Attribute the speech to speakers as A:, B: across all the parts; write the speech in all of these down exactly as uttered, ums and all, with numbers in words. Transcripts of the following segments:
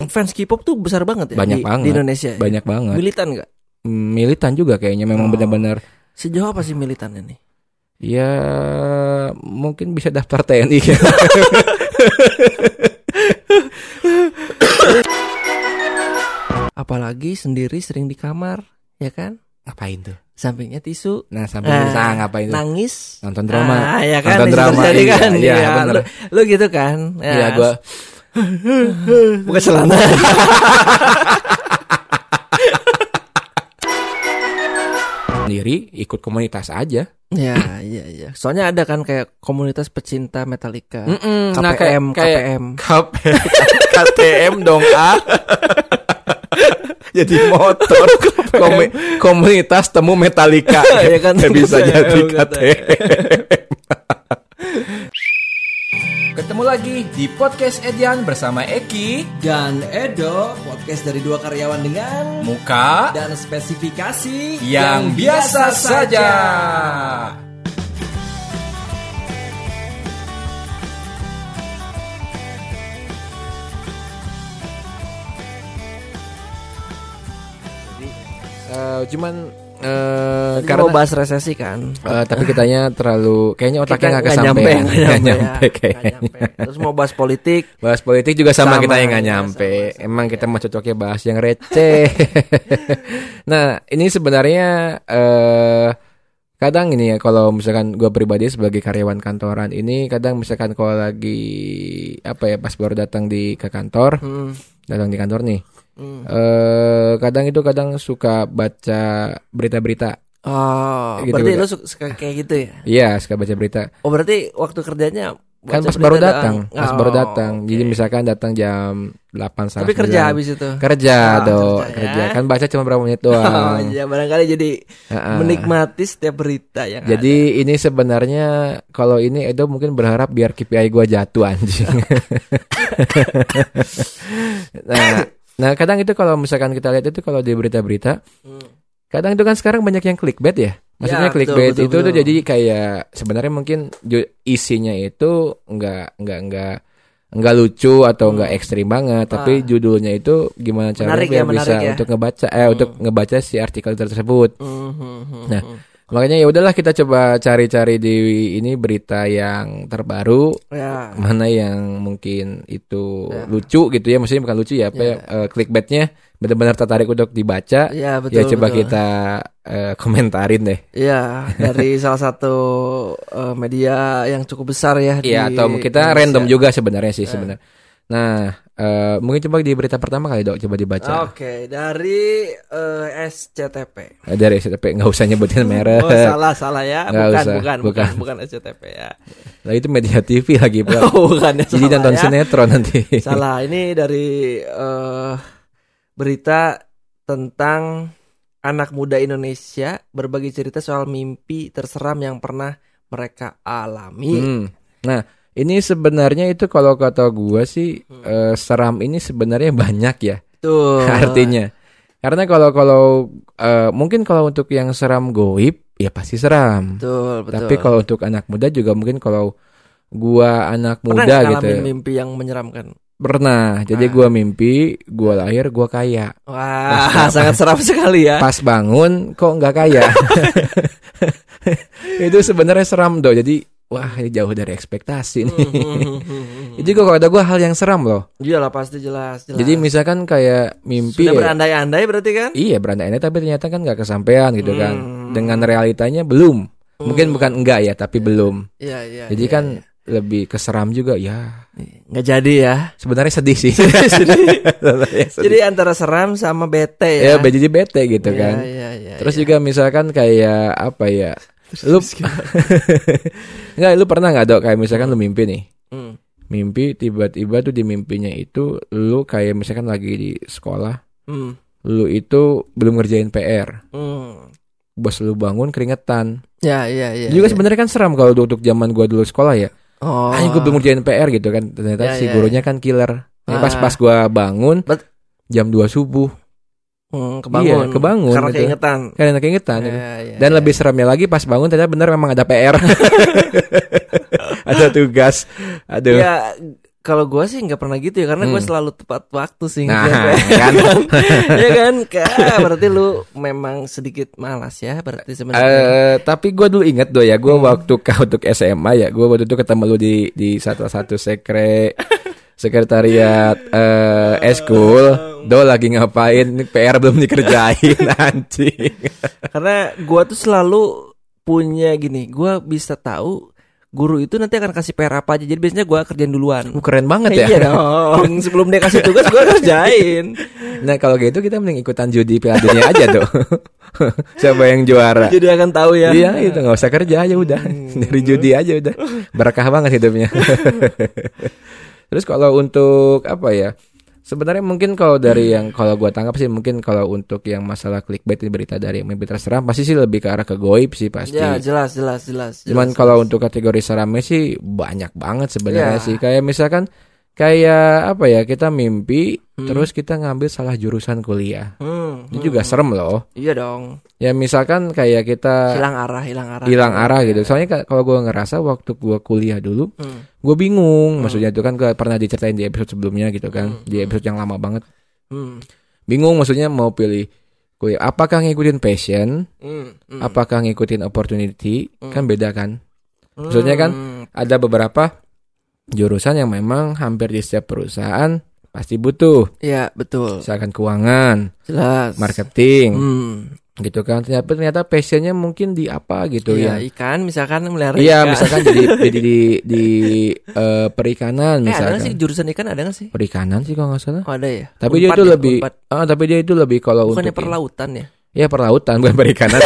A: fans K-pop tuh besar banget ya
B: banyak
A: di,
B: banget,
A: di Indonesia. Ya?
B: Banyak banget.
A: Militan nggak?
B: Militan juga kayaknya memang
A: Oh.
B: benar-benar.
A: Sejauh apa sih militannya nih?
B: Ya mungkin bisa daftar T N I.
A: Apalagi sendiri sering di kamar, ya kan?
B: Ngapain tuh?
A: Sampingnya tisu.
B: Nah sampai nah, nah, ngapain tuh?
A: Nangis.
B: Nonton drama.
A: Ah, ya kan?
B: Nonton drama.
A: Jadi
B: iya,
A: kan?
B: Iya,
A: ya,
B: bener.
A: Lu, lu gitu kan?
B: Iya ya, gue.
A: Buka celana.
B: Sendiri ikut komunitas aja.
A: Ya, iya, iya. Soalnya ada kan kayak komunitas pecinta Metallica.
B: Mm-mm,
A: K P M,
B: nah, kayak,
A: K P M.
B: K T M dong ah. Jadi motor Komi- komunitas temu Metallica.
A: Ya kan?
B: Gak bisa jadi K T M. Ketemu lagi di podcast Edian bersama Eki
A: dan Edo, podcast dari dua karyawan dengan
B: muka
A: dan spesifikasi
B: yang, yang biasa saja. Uh, cuman uh,
A: karena mau bahas resesi kan,
B: uh, tapi kitanya terlalu kayaknya otaknya nggak
A: kesampean,
B: nggak nyampe,
A: nyampe,
B: nyampe
A: ya,
B: kayaknya.
A: nyampe. Terus mau bahas politik,
B: bahas politik juga sama, sama kita yang nggak
A: ya,
B: nyampe.
A: Sama, sama,
B: Emang
A: ya.
B: kita mau cocoknya bahas yang receh. Nah ini sebenarnya uh, kadang ini ya kalau misalkan gue pribadi sebagai karyawan kantoran ini kadang misalkan kalau lagi apa ya pas baru datang di ke kantor, hmm. datang di kantor nih. Hmm. Uh, kadang itu kadang suka baca berita-berita.
A: Oh, gitu, berarti gitu. Lu suka kayak gitu ya?
B: Iya, suka baca berita.
A: Oh, berarti waktu kerjanya
B: kan pas baru datang, pas
A: oh,
B: baru datang.
A: Okay.
B: Jadi misalkan datang jam delapan sampai
A: tapi kerja habis itu.
B: Kerja
A: oh,
B: dong,
A: kerja,
B: kerja.
A: Ya?
B: Kan baca cuma berapa menit doang.
A: Oh, iya, barangkali jadi uh-uh. menikmati setiap berita yang
B: jadi
A: ada.
B: Ini sebenarnya kalau ini Edo mungkin berharap biar K P I gua jatuh anjing. Nah, Nah kadang itu kalau misalkan kita lihat itu kalau di berita-berita hmm. kadang itu kan sekarang banyak yang clickbait ya. Maksudnya ya, clickbait betul, itu betul, tuh betul. Jadi kayak sebenarnya mungkin isinya itu enggak enggak enggak enggak lucu atau hmm. enggak ekstrim banget, ah. tapi judulnya itu gimana caranya biar ya, bisa ya. untuk ngebaca eh hmm. untuk ngebaca si artikel tersebut. Hmm, hmm, hmm, nah makanya ya udahlah kita coba cari-cari di ini berita yang terbaru, ya. Mana yang mungkin itu ya. lucu gitu ya, maksudnya bukan lucu ya, apa ya, ya uh, clickbaitnya benar-benar tertarik untuk dibaca. Ya, betul, ya coba betul. kita uh, komentarin deh. Iya, dari salah satu uh, media yang cukup besar ya. Iya, atau kita Indonesia. Random juga sebenarnya sih ya. sebenarnya. Nah, uh, mungkin coba di berita pertama kali Dok, coba dibaca. Oke, okay, dari uh, S C T P. Uh, dari S C T P, nggak usah nyebutin merek. Oh, salah, salah ya. Bukan, usah, bukan, bukan, bukan S C T P ya. Lah itu media T V lagi, bukan. Oh, bukan. Jadi nonton ya. Sinetron nanti. Salah, ini dari uh, berita tentang anak muda Indonesia berbagi cerita soal mimpi terseram yang pernah mereka alami. Hmm. Nah, ini sebenarnya itu kalau kata gue sih hmm. uh, seram ini sebenarnya banyak ya. Tuh. Artinya. Karena kalau kalau uh, mungkin kalau untuk yang seram goib ya pasti seram. Betul, betul. Tapi kalau untuk anak muda juga mungkin kalau gua anak pernah muda gitu. Pernah mimpi yang menyeramkan? Pernah. Jadi ah. gua mimpi, gua lahir, gua kaya. Wah, pas, sangat seram sekali ya. Pas bangun kok nggak kaya. Itu sebenarnya seram Dok. Jadi wah ini jauh dari ekspektasi nih. Jadi kok ada gue hal yang seram loh. Iyalah pasti jelas, jelas. Jadi misalkan kayak mimpi sudah ya, berandai-andai berarti kan? Iya berandai-andai tapi ternyata kan gak kesampaian gitu hmm. kan. Dengan realitanya belum. hmm. Mungkin bukan enggak ya tapi ya. belum. Iya iya. Jadi ya, kan ya. lebih keseram juga ya. Gak jadi ya. Sebenarnya sedih sih. sedih. Jadi antara seram sama bete ya. Ya jadi bete gitu ya, kan. Ya, ya, Terus ya. juga misalkan kayak apa ya. Lu nggak lu pernah nggak Dok kayak misalkan hmm. lu mimpi nih hmm. mimpi tiba-tiba tuh di mimpinya itu lu kayak misalkan lagi di sekolah hmm. lu itu belum ngerjain P R hmm. bos lu bangun keringetan ya ya ya juga ya. Sebenarnya kan seram kalau untuk zaman gua dulu sekolah ya oh. hanya gua belum ngerjain P R gitu kan ternyata ya, si gurunya ya. kan killer ah. pas-pas gua bangun But, jam dua subuh Hmm, kebangun, iya, kebangun karena gitu. keingetan, karena keingetan. Ya, ya, Dan ya. lebih seramnya lagi pas bangun ternyata benar memang ada P R, ada tugas, aduh. Ya
A: kalau gue sih nggak pernah gitu ya, karena
B: Hmm.
A: gue selalu tepat waktu sih.
B: Nah,
A: ngeliatnya.
B: kan.
A: Ya kan, Kak, berarti lu memang sedikit malas ya, berarti sebenarnya.
B: Eh, tapi gue dulu inget do ya, gue
A: Hmm.
B: waktu kau untuk S M A ya, gue waktu itu ketemu lu di di satu satu sekre sekretariat eh eskul, do lagi ngapain? Ini P R belum dikerjain anjing.
A: Karena gue tuh selalu punya gini, gue bisa tahu guru itu nanti akan kasih P R apa aja. Jadi biasanya gue kerjain duluan.
B: Uh, keren banget ya.
A: Iya dong, sebelum dia kasih tugas gue kerjain.
B: Nah kalau gitu kita mending ikutan judi Piala Dunia aja tuh. Siapa yang juara?
A: Jadi akan tahu ya.
B: Iya itu nggak usah kerja aja udah, dari judi aja udah, berkah banget hidupnya. Terus kalau untuk apa ya? Sebenarnya mungkin kalau dari yang kalau gua tangkap sih mungkin kalau untuk yang masalah clickbait ini berita dari yang mimpi terserah pasti sih lebih ke arah ke goib sih pasti.
A: Ya jelas jelas jelas.
B: Cuman
A: jelas,
B: kalau
A: jelas.
B: untuk kategori seramnya sih banyak banget sebenarnya
A: Ya.
B: sih. Kayak misalkan kayak apa ya, kita mimpi
A: Hmm.
B: terus kita ngambil salah jurusan kuliah.
A: Hmm,
B: Itu
A: hmm,
B: juga
A: hmm.
B: serem loh.
A: Iya dong.
B: Ya misalkan kayak kita
A: Hilang arah, hilang arah.
B: hilang arah gitu.
A: Ya.
B: Soalnya ka- kalau gue ngerasa waktu gue kuliah dulu,
A: Hmm.
B: gue bingung. Maksudnya itu kan gue pernah diceritain di episode sebelumnya gitu kan,
A: Hmm.
B: di episode yang lama banget.
A: Hmm.
B: Bingung maksudnya mau pilih kuliah. Apakah ngikutin passion?
A: Hmm. Hmm.
B: Apakah ngikutin opportunity?
A: Hmm.
B: Kan beda kan. Maksudnya kan
A: Hmm.
B: ada beberapa jurusan yang memang hampir di setiap perusahaan pasti butuh.
A: Iya betul.
B: Misalkan keuangan,
A: Jelas.
B: marketing,
A: Hmm.
B: gitu kan. Ternyata ternyata passionnya mungkin di apa gitu
A: Iya,
B: ya.
A: ikan misalkan melihara
B: Iya,
A: ikan.
B: misalkan jadi jadi di di eh, perikanan
A: Eh, ada nggak
B: misalkan.
A: sih jurusan ikan, ada nggak sih?
B: Perikanan sih kalau nggak salah.
A: Oh, ada ya.
B: Tapi dia
A: Unpad
B: itu
A: ya,
B: lebih
A: Unpad.
B: ah tapi dia itu lebih kalau
A: Bukannya
B: untuk
A: perlautan ya?
B: ya perlautan bukan perikanan.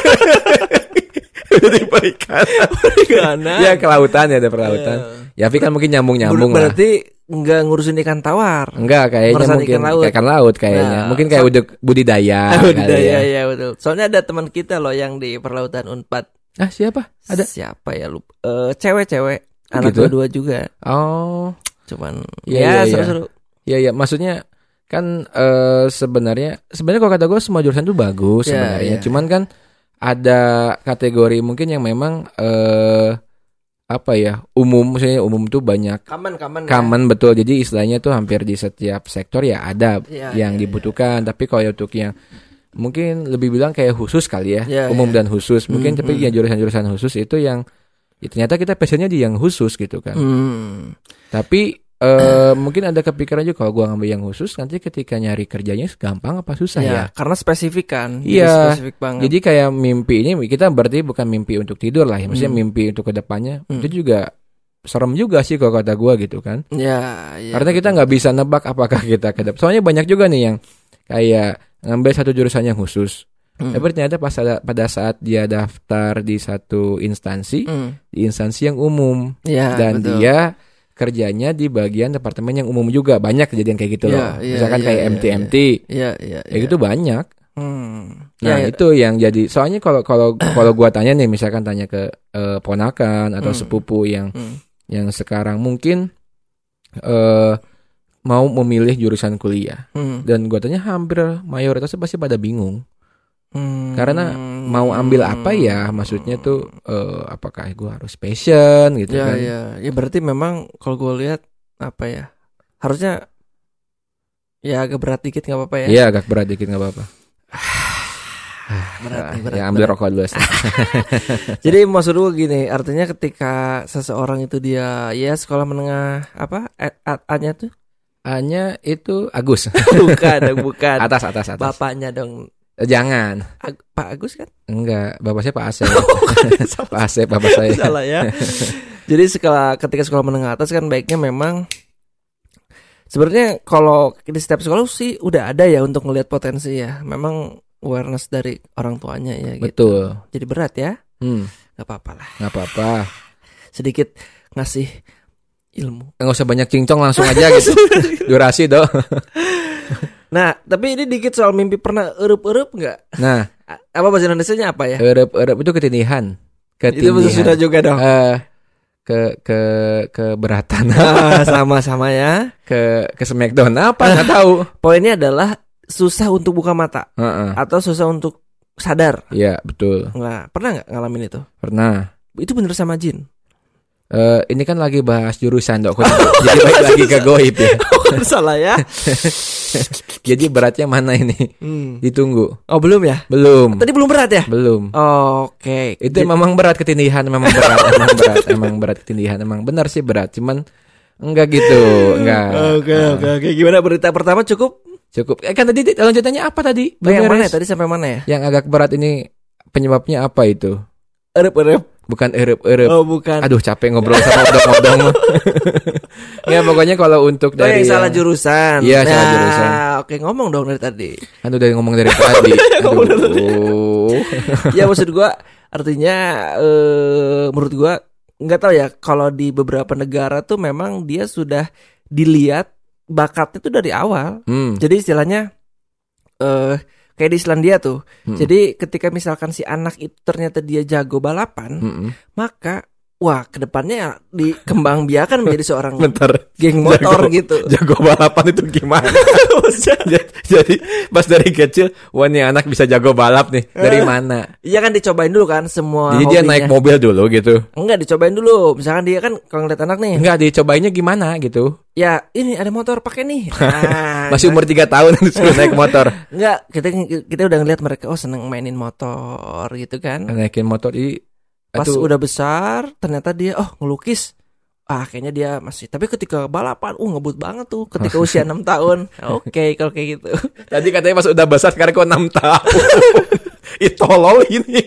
B: Jadi perikanan.
A: Perikanan.
B: Ya kelautan ya, ada perlautan. Ya, tapi kan mungkin nyambung-nyambung lah.
A: Berarti nggak ngurusin ikan tawar.
B: Enggak, kayaknya
A: Ngurusin
B: mungkin
A: ikan laut.
B: ikan laut kayaknya.
A: Nah,
B: mungkin kayak
A: so-
B: udah budidaya.
A: Budidaya
B: kali
A: ya betul. Soalnya ada teman kita loh yang di perlautan Unpad.
B: Ah, siapa? Ada.
A: Siapa ya lupa? Eh, cewek-cewek. Anak
B: Gitu?
A: dua-dua juga.
B: Oh.
A: Cuman
B: Iya,
A: ya
B: iya, iya.
A: seru-seru.
B: Iya, iya, maksudnya kan eh sebenarnya sebenarnya kalau kata gue semua jurusan itu bagus
A: Iya,
B: sebenarnya.
A: iya.
B: Cuman kan ada kategori mungkin yang memang eh apa ya, umum, maksudnya umum tuh banyak
A: Kaman-kaman.
B: common betul. Jadi istilahnya tuh hampir di setiap sektor ya ada
A: Iya,
B: yang
A: iya,
B: dibutuhkan. Tapi kalau untuk yang mungkin lebih bilang kayak khusus kali ya,
A: Iya,
B: umum
A: iya.
B: dan khusus. Mungkin
A: Hmm,
B: tapi
A: hmm.
B: ya jurusan-jurusan khusus itu yang ya, ternyata kita passionnya di yang khusus gitu kan.
A: Hmm.
B: Tapi eh mungkin ada kepikiran juga kalau gua ngambil yang khusus nanti ketika nyari kerjanya gampang apa susah ya?
A: Ya, karena spesifik kan. Jadi
B: Iya.
A: spesifik banget.
B: Jadi kayak mimpi ini kita berarti bukan mimpi untuk tidur lah ya. Maksudnya
A: Hmm.
B: mimpi untuk kedepannya
A: Hmm.
B: itu juga serem juga sih kalau kata gua gitu kan.
A: ya, ya.
B: Karena kita nggak bisa nebak apakah kita ke depan. Soalnya banyak juga nih yang kayak ngambil satu jurusan yang khusus.
A: Hmm.
B: Tapi ternyata pas ada, pada saat dia daftar di satu instansi,
A: Hmm.
B: di instansi yang umum
A: Ya,
B: dan
A: betul.
B: dia kerjanya di bagian departemen yang umum juga. Banyak kejadian kayak gitu
A: Iya,
B: loh.
A: iya,
B: Misalkan
A: iya,
B: kayak
A: iya,
B: M T M T.
A: Iya, iya.
B: Kayak gitu banyak.
A: Hmm.
B: Nah,
A: Ya, ya.
B: itu yang jadi soalnya kalau kalau kalau gua tanya nih misalkan tanya ke eh, ponakan atau
A: Hmm.
B: sepupu yang
A: Hmm.
B: yang sekarang mungkin eh mau memilih jurusan kuliah
A: Hmm.
B: dan gua tanya hampir mayoritasnya pasti pada bingung.
A: Hmm.
B: Karena mau ambil apa ya, maksudnya tuh eh, apakah gue harus passion gitu
A: Ya,
B: kan?
A: ya. Ya berarti memang kalau gue lihat apa ya? Harusnya ya agak berat dikit nggak apa-apa ya.
B: Iya agak berat dikit nggak apa-apa.
A: Berat, nih, berat,
B: ya ambil
A: berat.
B: rokok dulu. Stan.
A: Jadi maksud gue gini, artinya ketika seseorang itu dia ya sekolah menengah apa? A- A- A-nya tuh?
B: A-nya itu Agus.
A: Bukan, dong, bukan.
B: atas atas atas.
A: Bapaknya dong.
B: Eh, Jangan.
A: Ag- Pak Agus kan?
B: Enggak, bapak saya Pak Asep.
A: Sama-
B: Pak Asep bapak saya.
A: Salah ya. Jadi sekolah ketika sekolah menengah atas kan baiknya memang sebenarnya kalau di setiap sekolah sih udah ada ya untuk ngelihat potensi ya. Memang awareness dari orang tuanya ya gitu.
B: Betul.
A: Jadi berat ya.
B: Hmm,
A: Gak apa-apa lah.
B: nggak apa-apa.
A: Sedikit ngasih ilmu.
B: Nggak usah banyak cincong langsung aja gitu. Durasi dong.
A: Nah, tapi ini dikit soal mimpi, pernah erup-erup nggak?
B: Nah,
A: A- Apa bahasa Indonesianya apa ya?
B: erep-erep itu ketindihan.
A: Itu bahasa Sunda juga dong.
B: Eh, ke ke keberatan.
A: Ah, sama-sama ya.
B: ke ke Smackdown apa nggak tahu.
A: Poinnya adalah susah untuk buka mata
B: Heeh.
A: atau susah untuk sadar.
B: Iya betul,
A: Nah, pernah nggak ngalamin itu?
B: pernah.
A: Itu bener sama jin.
B: Uh, ini kan lagi bahas jurusan dok, jadi baik lagi ke goib ya.
A: Oh, salah ya.
B: Jadi beratnya mana ini? Hmm. Ditunggu.
A: Oh belum ya?
B: Belum.
A: Tadi belum berat ya?
B: Belum.
A: Oh, Oke. Okay.
B: Itu J- memang berat ketindihan, memang berat, emang berat, emang berat ketindihan, emang benar sih berat. Cuman enggak gitu, enggak.
A: Oke oke oke. Gimana berita pertama cukup?
B: Cukup. Eh, kan tadi lanjutannya apa tadi?
A: Oh, yang mana? Tadi sampai mana ya?
B: Yang agak berat ini penyebabnya apa itu?
A: Erep-erep.
B: Bukan erep-erep.
A: Oh bukan.
B: Aduh capek ngobrol sama odong-odong. Ya pokoknya kalau untuk
A: oh,
B: dari
A: yang salah jurusan.
B: Iya
A: nah,
B: salah jurusan.
A: Oke ngomong dong dari tadi.
B: Kan udah ngomong dari tadi. Aduh.
A: Ya maksud gua artinya eh, menurut gua nggak tahu ya kalau di beberapa negara tuh memang dia sudah dilihat bakatnya tuh dari awal. Hmm. Jadi istilahnya eh kayak di Islandia tuh. Hmm. Jadi ketika misalkan si anak itu ternyata dia jago balapan, hmm. maka wah kedepannya dikembang biakan menjadi seorang
B: Bentar.
A: geng motor
B: jago,
A: gitu.
B: Jago balapan itu gimana? Jadi pas dari kecil, wah nih anak bisa jago balap nih. Dari mana?
A: Iya kan dicobain dulu kan semua.
B: Jadi hobinya. Dia naik mobil dulu gitu.
A: Enggak dicobain dulu. Misalkan dia kan kalau ngeliat anak nih.
B: Enggak dicobainnya gimana gitu.
A: Ya ini ada motor pakai nih. Nah,
B: masih umur tiga tahun sudah naik motor.
A: Enggak, kita kita udah ngeliat mereka oh seneng mainin motor gitu kan.
B: Naikin motor di
A: pas Aduh. udah besar ternyata dia oh ngelukis. Ah kayaknya dia masih. Tapi ketika balapan uh ngebut banget tuh ketika usia enam tahun. Oke okay, kalau kayak gitu.
B: Tadi katanya pas udah besar sekarang kok enam tahun. Ih tolol ini.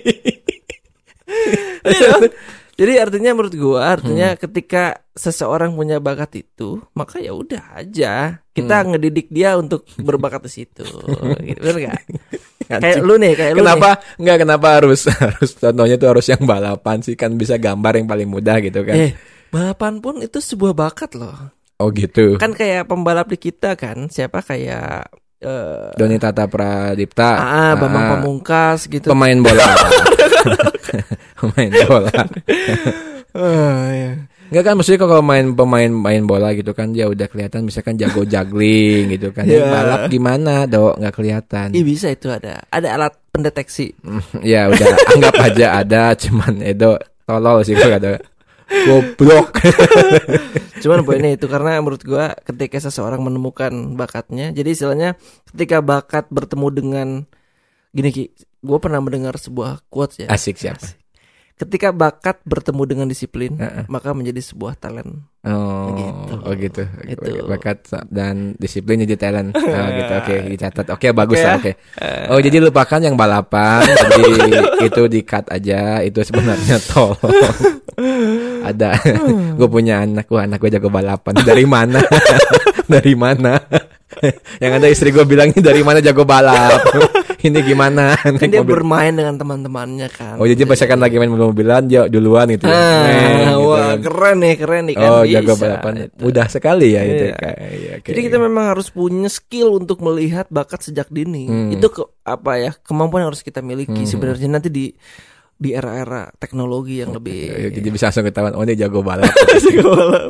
A: Jadi artinya menurut gua artinya hmm. ketika seseorang punya bakat itu, maka ya udah aja kita hmm. ngedidik dia untuk berbakat di situ. Gitu benar enggak? Kayak lu nih, kayak
B: kenapa,
A: lu nih.
B: Enggak kenapa harus harus contohnya tuh harus yang balapan sih kan bisa gambar yang paling mudah gitu kan.
A: Eh, balapan pun itu sebuah bakat loh.
B: Oh gitu.
A: Kan kayak pembalap di kita kan, siapa kayak uh,
B: Doni Tata Pradipta,
A: ah, Bambang ah, Pamungkas gitu.
B: Pemain bola. Pemain bola.
A: Oh, iya.
B: Enggak kan maksudnya kalau main pemain main bola gitu kan dia udah kelihatan misalkan jago juggling gitu kan. Yeah. Balap gimana, Dok? Enggak kelihatan.
A: Iya bisa itu ada. Ada alat pendeteksi.
B: Ya udah anggap aja ada cuman Edo tolol sih kalau ada. Goblok.
A: Cuman poinnya itu karena menurut gua ketika seseorang menemukan bakatnya, jadi istilahnya ketika bakat bertemu dengan gini Ki, gua pernah mendengar sebuah quotes ya.
B: Asik siapa? Asik.
A: Ketika bakat bertemu dengan disiplin, uh-uh. maka menjadi sebuah talent.
B: Oh, gitu. Oh gitu. Itu. Bakat dan disiplin jadi talent. Oh gitu. Oke, okay, dicatat. Oke, okay, bagus okay, lah. Oke. Okay. Oh, jadi lupakan yang balapan. Jadi itu di-cut aja. Itu sebenarnya tol. Ada. Gue punya anak. Wah, anak gue jago balapan. Dari mana? Dari mana? Yang ada istri gue bilang ini dari mana jago balap. Ini gimana?
A: Kan dia mobil. Bermain dengan teman-temannya kan.
B: Oh jadi pas kan lagi main mobil-mobilan dia duluan gitu.
A: Ah, nah, wah gitu. Keren nih keren nih kan.
B: Oh bisa, jago balapan. Itu. Mudah sekali ya itu.
A: Iya. Kayak, ya, jadi kita memang harus punya skill untuk melihat bakat sejak dini. Hmm. Itu ke, apa ya kemampuan yang harus kita miliki. Hmm. Sebenarnya nanti di di era-era teknologi yang lebih.
B: Ya, jadi bisa langsung ketahuan. Oh dia jago balap.
A: Jago balap.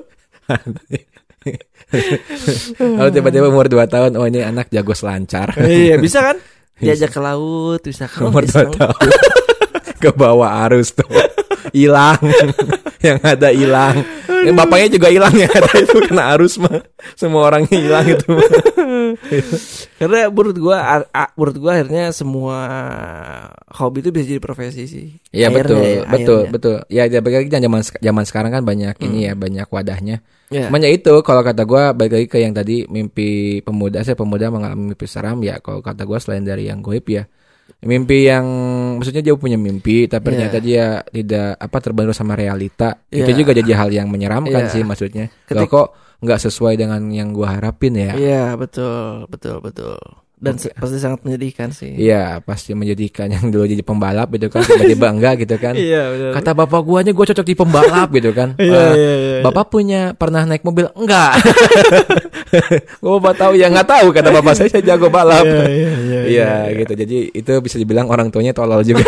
B: Kalau tiba-tiba umur dua tahun, oh ini anak jago selancar.
A: Iya bisa kan? Diajak ke laut, bisa ke
B: umur dua tahun. Ke bawah arus tuh. Hilang. Yang ada hilang. Yang bapaknya juga hilang yang ada itu kena arus mah. Semua orangnya hilang itu.
A: Karena menurut gua menurut gua akhirnya semua hobi itu bisa jadi profesi sih.
B: Iya betul, ya, betul, akhirnya. betul. Ya balik lagi zaman zaman sekarang kan banyak hmm. ini ya, banyak wadahnya. Yeah. Makanya itu kalau kata gua balik lagi ke yang tadi mimpi pemuda, saya pemuda mengalami mimpi seram ya. Kalau kata gua selain dari yang goib ya, mimpi yang maksudnya dia punya mimpi tapi yeah. ternyata dia tidak apa terbentur sama realita. Yeah. Itu juga jadi hal yang menyeramkan yeah. sih maksudnya. Ketik- kok nggak sesuai dengan yang gua harapin ya.
A: Iya, yeah, betul, betul, betul. Dan okay. pasti sangat menyedihkan sih.
B: Iya, pasti menyedihkan yang dulu jadi pembalap gitu kan, tiba-tiba enggak gitu kan.
A: Iya, benar.
B: Kata bapak gua aja gua cocok di pembalap gitu kan.
A: Iya, uh, iya, iya.
B: Bapak punya pernah naik mobil? Enggak. Gua bapak tahu ya enggak tahu kata bapak saya saya jago balap. Iya, iya, iya, iya, iya gitu. Jadi itu bisa dibilang orang tuanya tolol juga.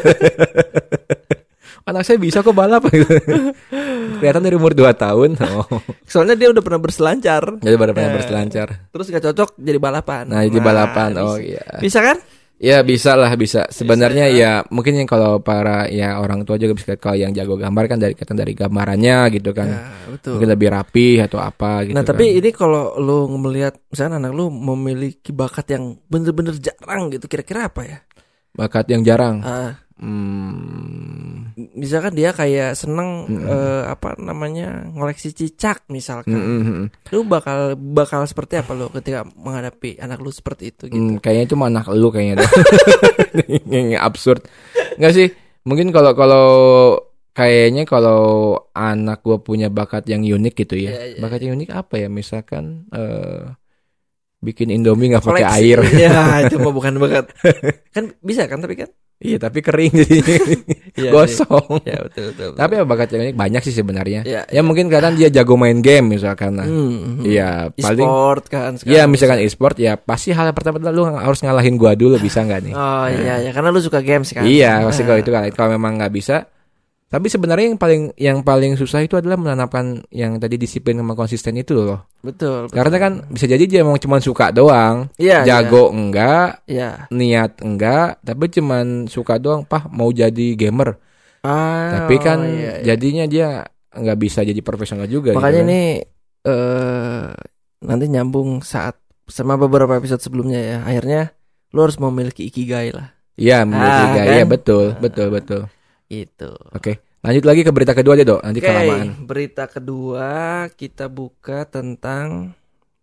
B: Anak saya bisa kok balap gitu. Kelihatan dari umur dua tahun. Oh.
A: Soalnya dia udah pernah berselancar.
B: Dia udah pernah eh, berselancar.
A: Terus gak cocok jadi balapan.
B: Nah, jadi nah, balapan. Oh iya.
A: Bisa kan?
B: Ya bisa lah bisa. Sebenarnya
A: bisa,
B: ya mungkin yang kalau para ya orang tua juga bisa kalau yang jago gambar kan dari kelihatan dari gambarannya gitu kan.
A: Ya, betul.
B: Mungkin lebih rapi atau apa gitu.
A: Nah tapi
B: kan.
A: ini kalau lu melihat misalnya anak lu memiliki bakat yang bener-bener jarang gitu, kira-kira apa ya?
B: Bakat yang jarang.
A: Ah,
B: Hmm.
A: misalkan dia kayak seneng
B: Mm-mm.
A: eh, apa namanya ngoleksi cicak misalkan.
B: Mm-mm.
A: Lu bakal bakal seperti apa lu ketika menghadapi anak lu seperti itu gitu?
B: Hmm, kayaknya cuma anak lu kayaknya deh. Yang absurd. Enggak sih. Mungkin kalau kalau kayaknya kalau anak gua punya bakat yang unik gitu ya.
A: Iya, iya.
B: Bakat yang unik apa ya? Misalkan eh bikin Indomie nggak pakai
A: Koleksi.
B: air.
A: Ya itu mah bukan bakat. Kan bisa kan tapi kan?
B: Iya, tapi kering jadi
A: Iya,
B: gosong.
A: Ya betul betul. betul.
B: Tapi ya bakat yang unik banyak sih sebenarnya.
A: Ya,
B: Ya,
A: ya.
B: mungkin kadang dia jago main game misalkan. Nah.
A: Hmm, hmm.
B: Iya, paling
A: E-sport kan
B: Iya, misalkan e-sport ya pasti hal pertama lu harus ngalahin gua dulu, bisa nggak nih?
A: Oh iya ya karena lu suka games kan.
B: Iya, pasti kalau
A: Ah.
B: itu kan. Kalau memang nggak bisa, tapi sebenarnya yang paling yang paling susah itu adalah menanamkan yang tadi disiplin sama konsisten itu loh.
A: Betul, betul.
B: Karena kan bisa jadi dia emang cuma suka doang,
A: Iya,
B: jago enggak,
A: Iya.
B: niat enggak, tapi cuman suka doang, pah mau jadi gamer.
A: Ah,
B: Tapi kan
A: oh, iya, iya.
B: jadinya dia nggak bisa jadi profesional juga.
A: Makanya
B: gitu kan.
A: ini eh nanti nyambung saat sama beberapa episode sebelumnya ya. Akhirnya lu harus memiliki ikigai lah.
B: Iya, memiliki
A: Ah,
B: gaya.
A: kan?
B: Iya, betul, betul, betul.
A: Itu.
B: Oke, lanjut lagi ke berita kedua aja, Dok. Nanti
A: Oke,
B: kelamaan.
A: berita kedua kita buka tentang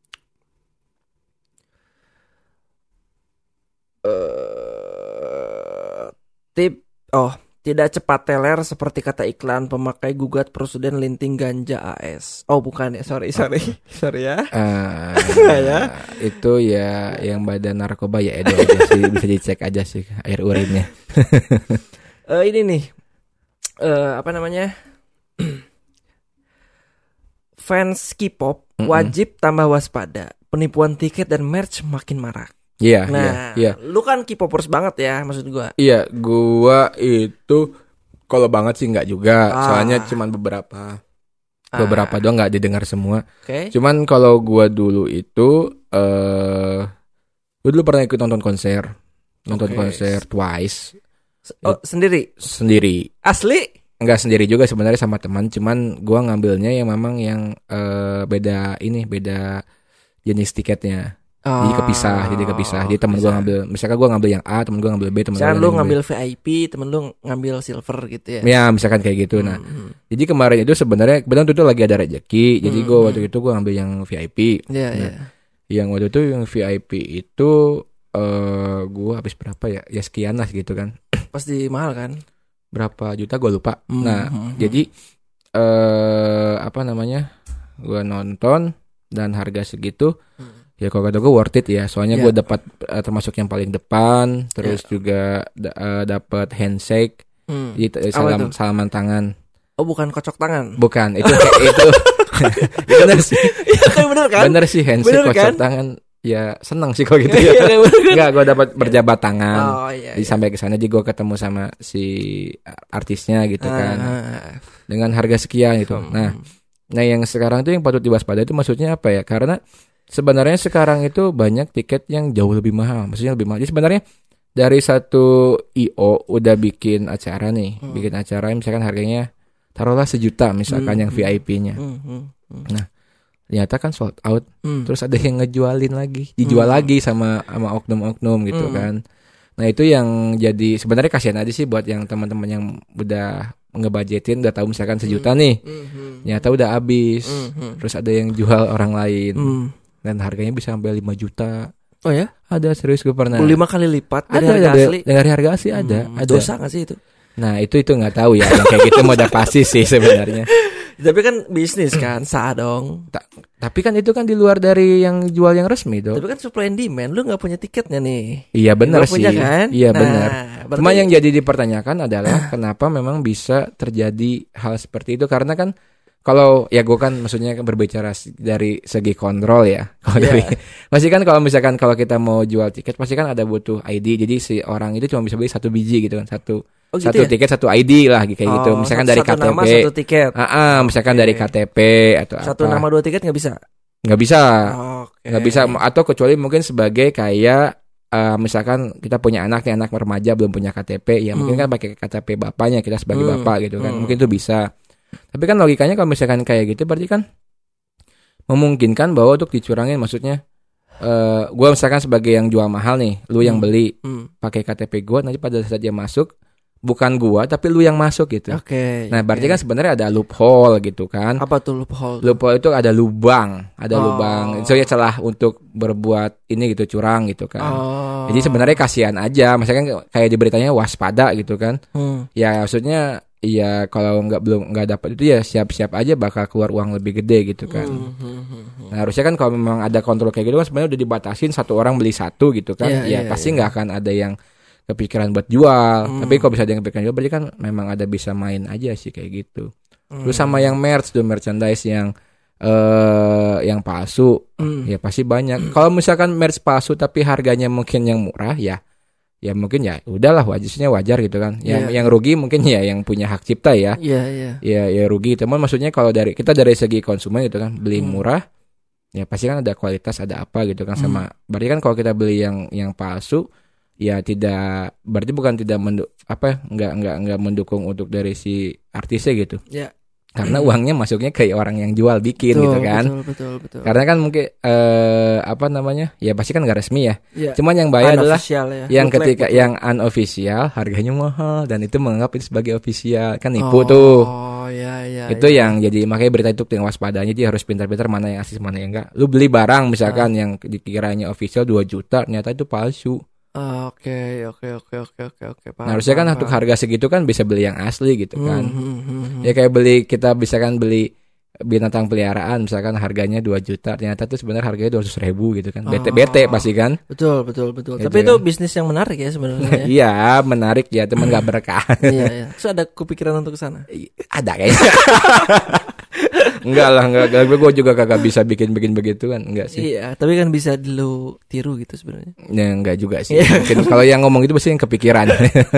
A: eh tip oh tidak cepat teler seperti kata iklan pemakai gugat Presiden linting ganja A S. Oh bukan ya, sorry sorry sorry ya.
B: Ah,
A: Ya.
B: Itu ya yang badan narkoba ya Edo aja sih, bisa dicek aja sih air urinnya.
A: Eh ini nih eh apa namanya fans K-pop
B: Mm-mm.
A: wajib tambah waspada. Penipuan tiket dan merch makin marak.
B: Iya, iya,
A: Nah,
B: iya.
A: lu kan K-popers banget ya maksud gua.
B: Iya, gua itu kalau banget sih nggak juga,
A: Ah.
B: soalnya cuman beberapa beberapa
A: Ah,
B: doang, nggak didengar semua.
A: Oke.
B: Cuman kalau gua dulu itu eh gua dulu pernah ikut nonton konser. Nonton
A: Oke.
B: konser Twice
A: Oh, sendiri.
B: sendiri.
A: Asli?
B: Enggak sendiri juga sebenarnya sama teman, cuman gua ngambilnya yang memang yang eh, beda ini, beda jenis tiketnya. Jadi kepisah, jadi kepisah. Jadi temen gue ngambil, misalkan gue ngambil yang A, temen gue ngambil B, temen gue
A: misalkan lu
B: ngambil
A: ngambil V I P, temen lu ngambil silver gitu ya.
B: ya misalkan kayak gitu. Nah,
A: Hmm.
B: jadi kemarin itu sebenarnya kebetulan itu lagi ada rezeki. Jadi gue
A: Hmm.
B: waktu itu gue ngambil yang V I P.
A: Iya,
B: Nah,
A: iya.
B: yang waktu itu yang V I P itu eh gue habis berapa ya? Ya sekian lah gitu kan.
A: Pasti mahal kan?
B: Berapa juta gue lupa.
A: Hmm,
B: Nah,
A: hmm,
B: jadi eh apa namanya? Gue nonton dan harga segitu.
A: hmm.
B: Ya kalau kata gue worth it ya, soalnya
A: Ya.
B: gue dapat uh, termasuk yang paling depan, terus
A: Ya.
B: juga da- uh, dapat handshake,
A: Hmm.
B: jadi uh,
A: Apa
B: salam
A: itu?
B: salaman tangan.
A: Oh, bukan kocok tangan.
B: Bukan, itu kayak itu. Bener sih,
A: Iya, kayak bener kan?
B: bener sih handshake
A: Bener
B: kocok
A: kan?
B: tangan. Ya senang sih kalau gitu ya.
A: Iya, kayak bener kan?
B: Enggak, gue dapat berjabat tangan.
A: Oh iya.
B: Jadi
A: iya.
B: sampai ke sana jadi gue ketemu sama si artisnya gitu kan,
A: Ah,
B: dengan harga sekian gitu.
A: hmm.
B: Nah, nah yang sekarang tuh yang patut diwaspadai itu maksudnya apa ya? Karena sebenarnya sekarang itu banyak tiket yang jauh lebih mahal. Maksudnya lebih mahal. Jadi sebenarnya dari satu I O udah bikin acara nih,
A: Hmm.
B: bikin acara misalkan harganya taruhlah sejuta misalkan
A: Hmm,
B: yang
A: hmm.
B: V I P-nya.
A: Hmm, hmm, hmm.
B: Ternyata kan sold out.
A: Hmm.
B: Terus ada yang ngejualin lagi, dijual
A: Hmm.
B: lagi sama sama oknum-oknum gitu
A: Hmm.
B: kan. Nah, itu yang jadi sebenarnya kasihan aja sih buat yang teman-teman yang udah ngebudgetin udah tahu misalkan sejuta nih.
A: Hmm, hmm.
B: Ternyata udah habis.
A: Hmm, hmm.
B: Terus ada yang jual orang lain.
A: Hmm.
B: Dan harganya bisa sampai lima juta.
A: Oh ya?
B: Ada serius gue pernah.
A: Lima kali lipat dari
B: ada,
A: harga
B: ada,
A: asli.
B: dari harga asli ada,
A: Hmm,
B: ada.
A: Dosa gak sih itu?
B: Nah, itu itu nggak tahu ya. Yang kayak gitu mau udah pasti sih sebenarnya.
A: Tapi kan bisnis kan, sah dong.
B: Ta- Tapi kan itu kan di luar dari yang jual yang resmi, Dok.
A: Tapi kan supply and demand, lu nggak punya tiketnya nih.
B: Iya benar
A: Lu
B: sih.
A: punya kan?
B: Iya
A: Nah,
B: benar.
A: berarti-
B: Cuma yang jadi dipertanyakan adalah kenapa memang bisa terjadi hal seperti itu, karena kan kalau ya gue kan maksudnya kan berbicara s- dari segi kontrol ya. Kalau
A: Iya.
B: dari pasti kan kalau misalkan kalau kita mau jual tiket pasti kan ada butuh I D. Jadi si orang itu cuma bisa beli satu biji gitu kan, satu
A: Oh, gitu
B: satu
A: ya?
B: tiket satu I D lah kayak gitu.
A: Oh,
B: Misalkan
A: satu,
B: dari
A: satu
B: K T P.
A: nama satu tiket.
B: Ah, ah, misalkan
A: Oke.
B: dari K T P atau
A: Satu
B: apa.
A: nama dua tiket nggak bisa.
B: Nggak bisa.
A: Oke.
B: Nggak bisa atau kecuali mungkin sebagai kayak uh, misalkan kita punya anak nih, anak remaja belum punya K T P, ya hmm. mungkin kan pakai K T P bapaknya kita sebagai hmm. bapak gitu kan, hmm. mungkin itu bisa. Tapi kan logikanya kalau misalkan kayak gitu berarti kan memungkinkan bahwa untuk dicurangin, maksudnya uh, gue misalkan sebagai yang jual mahal nih, lu yang beli hmm. pakai K T P gue, nanti pada saat dia masuk bukan gua tapi lu yang masuk gitu.
A: Oke. Okay,
B: nah, berarti
A: okay.
B: kan sebenarnya ada loophole gitu kan.
A: Apa tuh loophole?
B: Loophole itu ada lubang, ada
A: oh.
B: lubang. So ya celah untuk berbuat ini gitu, curang gitu kan.
A: Oh.
B: Jadi sebenarnya kasihan aja, misalkan kayak di beritanya waspada gitu kan.
A: Hmm.
B: Ya maksudnya ya kalau nggak belum nggak dapat itu ya siap-siap aja bakal keluar uang lebih gede gitu kan. Hmm. Hmm. Hmm. Nah, harusnya kan kalau memang ada kontrol kayak gitu kan sebenarnya udah dibatasin satu orang beli satu gitu kan. Yeah, ya yeah, pasti nggak yeah. akan ada yang kepikiran buat jual, hmm. tapi kalau bisa ada yang kepikiran jual berarti kan memang ada bisa main aja sih kayak gitu. Hmm. Terus sama yang merch tuh, merchandise yang uh, yang palsu, hmm. ya pasti banyak. Hmm. Kalau misalkan merch palsu tapi harganya mungkin yang murah ya, ya mungkin ya udahlah wajarnya wajar gitu kan. Yang yeah. yang rugi mungkin ya yang punya hak cipta ya,
A: yeah, yeah.
B: ya ya rugi. Teman maksudnya kalau dari kita dari segi konsumen gitu kan beli hmm. murah, ya pasti kan ada kualitas ada apa gitu kan sama. Hmm. Berarti kan kalau kita beli yang yang palsu ya tidak, berarti bukan tidak mendu, apa nggak nggak nggak mendukung untuk dari si artisnya gitu.
A: Ya.
B: Karena uangnya masuknya ke orang yang jual bikin betul, gitu kan.
A: Betul, betul, betul.
B: Karena kan mungkin eh, apa namanya? Ya pasti kan nggak resmi ya.
A: Ya.
B: Cuman yang bayar adalah
A: ya.
B: yang
A: Bootleg,
B: ketika
A: bootleg.
B: yang unofficial harganya mahal dan itu menganggap itu sebagai official kan
A: oh,
B: nipu tuh.
A: Oh ya ya.
B: Itu ya. Yang jadi makanya berita itu yang waspadanya dia harus pintar-pintar mana yang asli mana yang enggak. Lu beli barang misalkan ah. yang dikiranya official dua juta ternyata itu palsu.
A: Oke, oke, oke, oke, oke, oke.
B: Nah, harusnya kan untuk harga segitu kan bisa beli yang asli gitu kan.
A: Hmm, hmm, hmm, hmm.
B: Ya kayak beli kita bisa kan beli binatang peliharaan misalkan harganya dua juta ternyata tuh sebenarnya harganya dua ratus ribu gitu kan. Bete-bete
A: oh,
B: pasti kan.
A: Betul, betul, betul.
B: Gitu
A: Tapi
B: kan.
A: Itu bisnis yang menarik ya sebenarnya.
B: Iya, menarik ya, teman enggak berkah.
A: Iya, iya. Terus ada kepikiran untuk sana?
B: Ada kayaknya. Enggak lah, enggak, enggak. Gue juga kagak bisa bikin-bikin begitu kan, enggak sih.
A: Iya, tapi kan bisa lu tiru gitu sebenarnya.
B: Ya enggak juga sih. Mungkin kalau yang ngomong itu pasti yang kepikiran.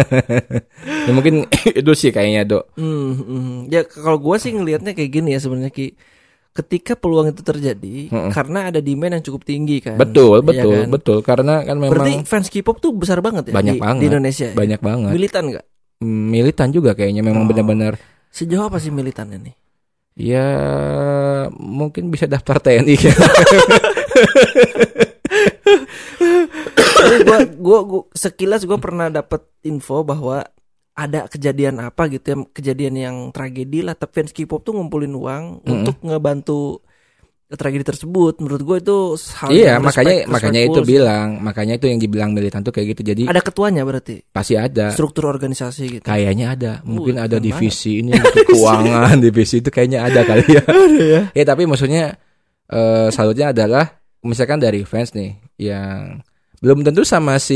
B: Ya mungkin itu sih kayaknya, Dok.
A: Hmm, hmm. Ya kalau gue sih ngelihatnya kayak gini ya sebenarnya Ki. Ketika peluang itu terjadi hmm. karena ada demand yang cukup tinggi kan.
B: Betul, betul,
A: ya kan?
B: betul. Karena kan memang
A: berarti fans K-pop tuh besar banget ya
B: banyak
A: di,
B: banget,
A: di Indonesia. Ya?
B: Banyak banget.
A: Militan enggak?
B: Militan juga kayaknya memang oh. benar-benar.
A: Sejauh apa sih militannya nih?
B: Ya mungkin bisa daftar T N I.
A: gua, gua, gua sekilas gue pernah dapat info bahwa ada kejadian apa gitu ya, kejadian yang tragedi lah, tapi fans K-pop tuh ngumpulin uang mm-hmm. untuk ngebantu tragedi tersebut. Menurut gue itu hal
B: iya,
A: yang
B: makanya
A: respect,
B: makanya itu bilang, makanya itu yang dibilang militan tuh kayak gitu. Jadi
A: ada ketuanya berarti.
B: Pasti ada.
A: Struktur organisasi gitu.
B: Kayaknya ada. Mungkin uh, ada divisi
A: banget.
B: Ini keuangan, divisi itu kayaknya ada kali ya.
A: ya.
B: Ya tapi maksudnya uh, salutnya adalah misalkan dari fans nih yang belum tentu sama si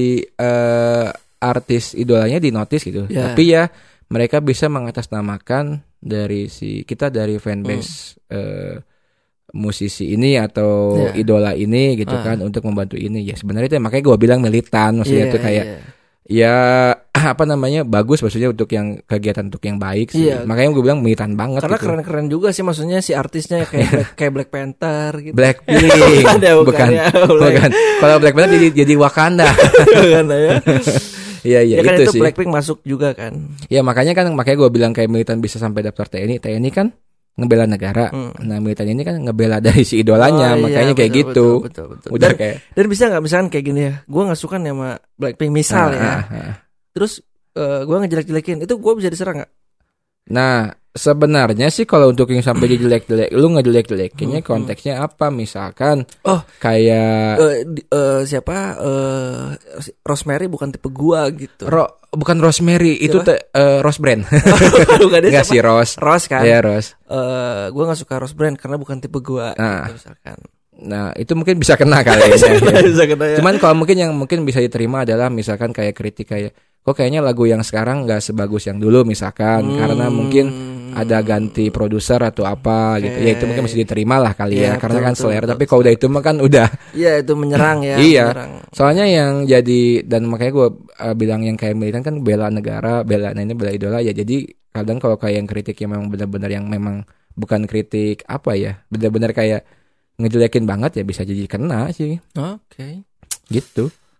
B: uh, artis idolanya di notice gitu. Yeah. Tapi ya mereka bisa mengatasnamakan dari si kita dari fanbase hmm. uh, musisi ini atau yeah. idola ini gitu uh. kan untuk membantu ini. Ya sebenarnya itu makanya gue bilang militan, maksudnya yeah, itu kayak yeah. ya apa namanya bagus maksudnya untuk yang kegiatan untuk yang baik sih. Yeah. Makanya gue bilang militan banget.
A: Karena
B: gitu.
A: Keren-keren juga sih maksudnya si artisnya kayak Black, kayak Black Panther gitu.
B: Blackpink. bukan.
A: Ya,
B: bukan. Kalau Black Panther jadi jadi Wakanda.
A: Wakanda ya.
B: Iya iya
A: ya kan
B: itu,
A: itu
B: sih.
A: Blackpink masuk juga kan.
B: Ya makanya kan makanya gue bilang kayak militan bisa sampai daftar T N I. T N I kan ngebela negara. Hmm. Nah militan ini kan ngebela dari si idolanya, oh, makanya iya, kayak betul, gitu.
A: Betul, betul, betul.
B: Udah
A: dan,
B: kayak.
A: Dan bisa nggak misalkan kayak gini ya? Gue nggak suka nih sama Blackpink misal ah, ya. Ah, ah. Terus uh, gue ngejelek-jelekin, itu gue bisa diserang nggak?
B: Nah sebenarnya sih kalau untuk yang sampai jelek-jelek, lu ngejelek-jelekinnya konteksnya apa? Misalkan, oh kayak
A: uh, uh, siapa? Uh, Rosemary bukan tipe gua gitu.
B: Ro, bukan Rosemary, siapa? Itu te, uh, Rose Brand.
A: Bukan dia
B: nggak sih Rose.
A: Rose kan?
B: Iya Rose.
A: Uh, gua nggak suka Rose Brand karena bukan tipe gua.
B: Nah,
A: gitu, misalkan.
B: Nah itu mungkin bisa kena kali ya.
A: Bisa kena, ya.
B: Cuman kalau mungkin yang mungkin bisa diterima adalah misalkan kayak kritik kayak, kok kayaknya lagu yang sekarang nggak sebagus yang dulu misalkan, hmm. karena mungkin ada ganti produser atau apa okay. gitu ya, itu mungkin masih diterima lah kali ya, ya karena betul, kan selera betul, tapi kalau udah itu mah kan udah
A: iya itu menyerang ya.
B: Iya
A: menyerang.
B: Soalnya yang jadi dan makanya gue uh, bilang yang kayak militan kan bela negara, bela nah ini bela idola ya, jadi kadang kalau kayak yang kritik yang memang benar-benar yang memang bukan kritik apa ya, benar-benar kayak ngejelekin banget ya bisa jadi kena sih.
A: Oke okay.
B: Gitu.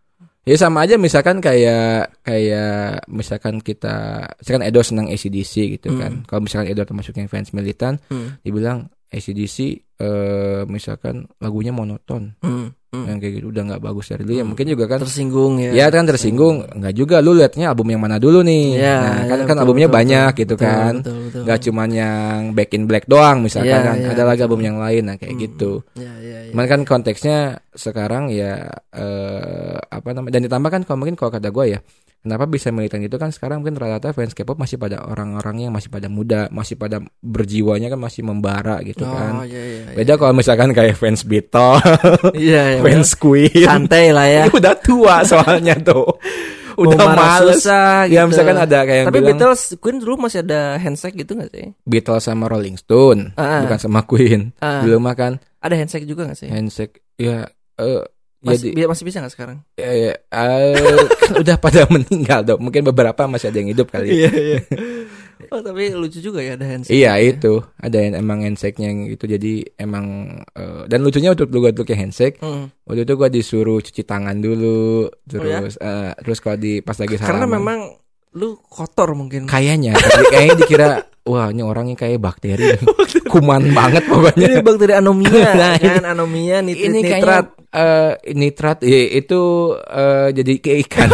B: Ya sama aja misalkan kayak kayak misalkan kita misalkan Edo senang A C D C gitu kan. Hmm. Kalau misalkan Edo termasuk yang fans militan, hmm. dibilang A C D C eh, misalkan lagunya monoton. Hmm. Hmm. Yang kayak gitu udah nggak bagus dari dulu hmm. ya mungkin juga kan
A: tersinggung ya.
B: Ya kan tersinggung. Nggak juga lu liatnya album yang mana dulu nih.
A: Ya,
B: nah, kan
A: ya,
B: kan
A: betul,
B: albumnya
A: betul,
B: banyak
A: betul,
B: gitu
A: betul,
B: kan.
A: Betul, betul, betul.
B: Nggak cuman yang Back in Black doang misalkan
A: ya,
B: kan.
A: Ya,
B: ada
A: betul.
B: lagi album yang lain nah kayak hmm. gitu.
A: Ya, ya, ya.
B: Cuman kan konteksnya sekarang ya eh, apa namanya dan ditambah kan kalau mungkin kalau kata gue ya kenapa bisa militan gitu kan sekarang mungkin rata-rata fans K-pop masih pada orang-orang yang masih pada muda, masih pada berjiwanya kan masih membara gitu
A: oh,
B: kan.
A: Iya, iya,
B: beda
A: iya.
B: kalau misalkan kayak fans Beatles,
A: iya, iya,
B: fans Queen.
A: Santai lah ya.
B: Udah tua soalnya tuh. Udah males. Susah, gitu. Ya misalkan ada kayak yang
A: tapi
B: bilang,
A: Beatles, Queen dulu masih ada handshake gitu gak sih?
B: Beatles sama Rolling Stone,
A: uh-uh.
B: bukan sama Queen. Uh-uh. Dulu mah kan.
A: Ada handshake juga gak sih?
B: Handshake, ya... Uh,
A: Masih,
B: Jadi,
A: masih bisa gak sekarang?
B: Ya, ya, uh, kan udah pada meninggal dong. Mungkin beberapa masih ada yang hidup kali.
A: Iya, iya. Oh tapi lucu juga ya ada handshake.
B: Iya ya. Itu ada yang emang handshake-nya yang itu jadi emang uh, dan lucunya untuk gue tuh kayak handshake. Hmm. Waktu itu gue disuruh cuci tangan dulu, terus oh, ya? uh, terus kalau di pas lagi salaman.
A: Karena memang lu kotor mungkin.
B: Kayaknya, kayaknya dikira wah ini orangnya kayak bakteri, kuman banget pokoknya.
A: Ini bakteri anomia, nah, kan anomia nitrit
B: ini
A: nitrat.
B: Uh, nitrat ya, itu uh, jadi kayak ikan.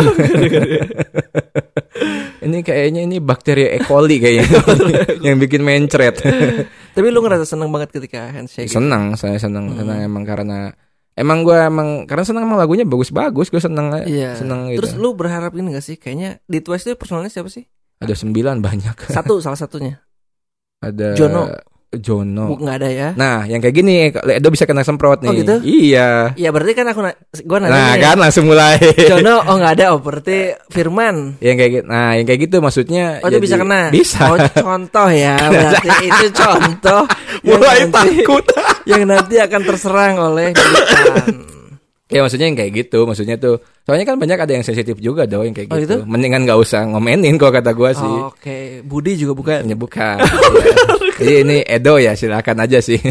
B: Ini kayaknya ini bakteri E. coli kayaknya yang bikin mencret.
A: Tapi lu ngerasa seneng banget ketika handshake?
B: Senang, gitu? Saya senang, hmm. senang emang karena emang gue emang karena senang emang lagunya bagus-bagus, gue senang,
A: iya.
B: senang gitu.
A: Terus lu berharap ini gak sih? Kayaknya di Twice itu personalnya siapa sih?
B: Ada sembilan banyak.
A: Satu salah satunya.
B: Ada
A: Jono.
B: Jono.
A: Nggak ada ya.
B: Nah, yang kayak gini Edo bisa kena semprot nih.
A: Oh gitu?
B: Iya.
A: Iya, berarti kan aku na- gua nanya.
B: Nah,
A: nih.
B: kan langsung mulai.
A: Jono oh nggak ada, oh berarti Firman.
B: Yang kayak gitu. Nah, yang kayak gitu maksudnya
A: oh, itu bisa kena.
B: Bisa.
A: Oh, contoh ya. Berarti itu contoh
B: mulai
A: nanti,
B: takut.
A: yang nanti akan terserang oleh militan.
B: Ya maksudnya yang kayak gitu, maksudnya tuh soalnya kan banyak ada yang sensitif juga dong yang kayak
A: oh,
B: gitu.
A: Itu?
B: Mendingan gak usah ngomenin kalau kata gue sih.
A: Oh, Oke, okay. Budi juga bukan.
B: Ya bukan. Ya. Jadi ini Edo ya silakan aja sih.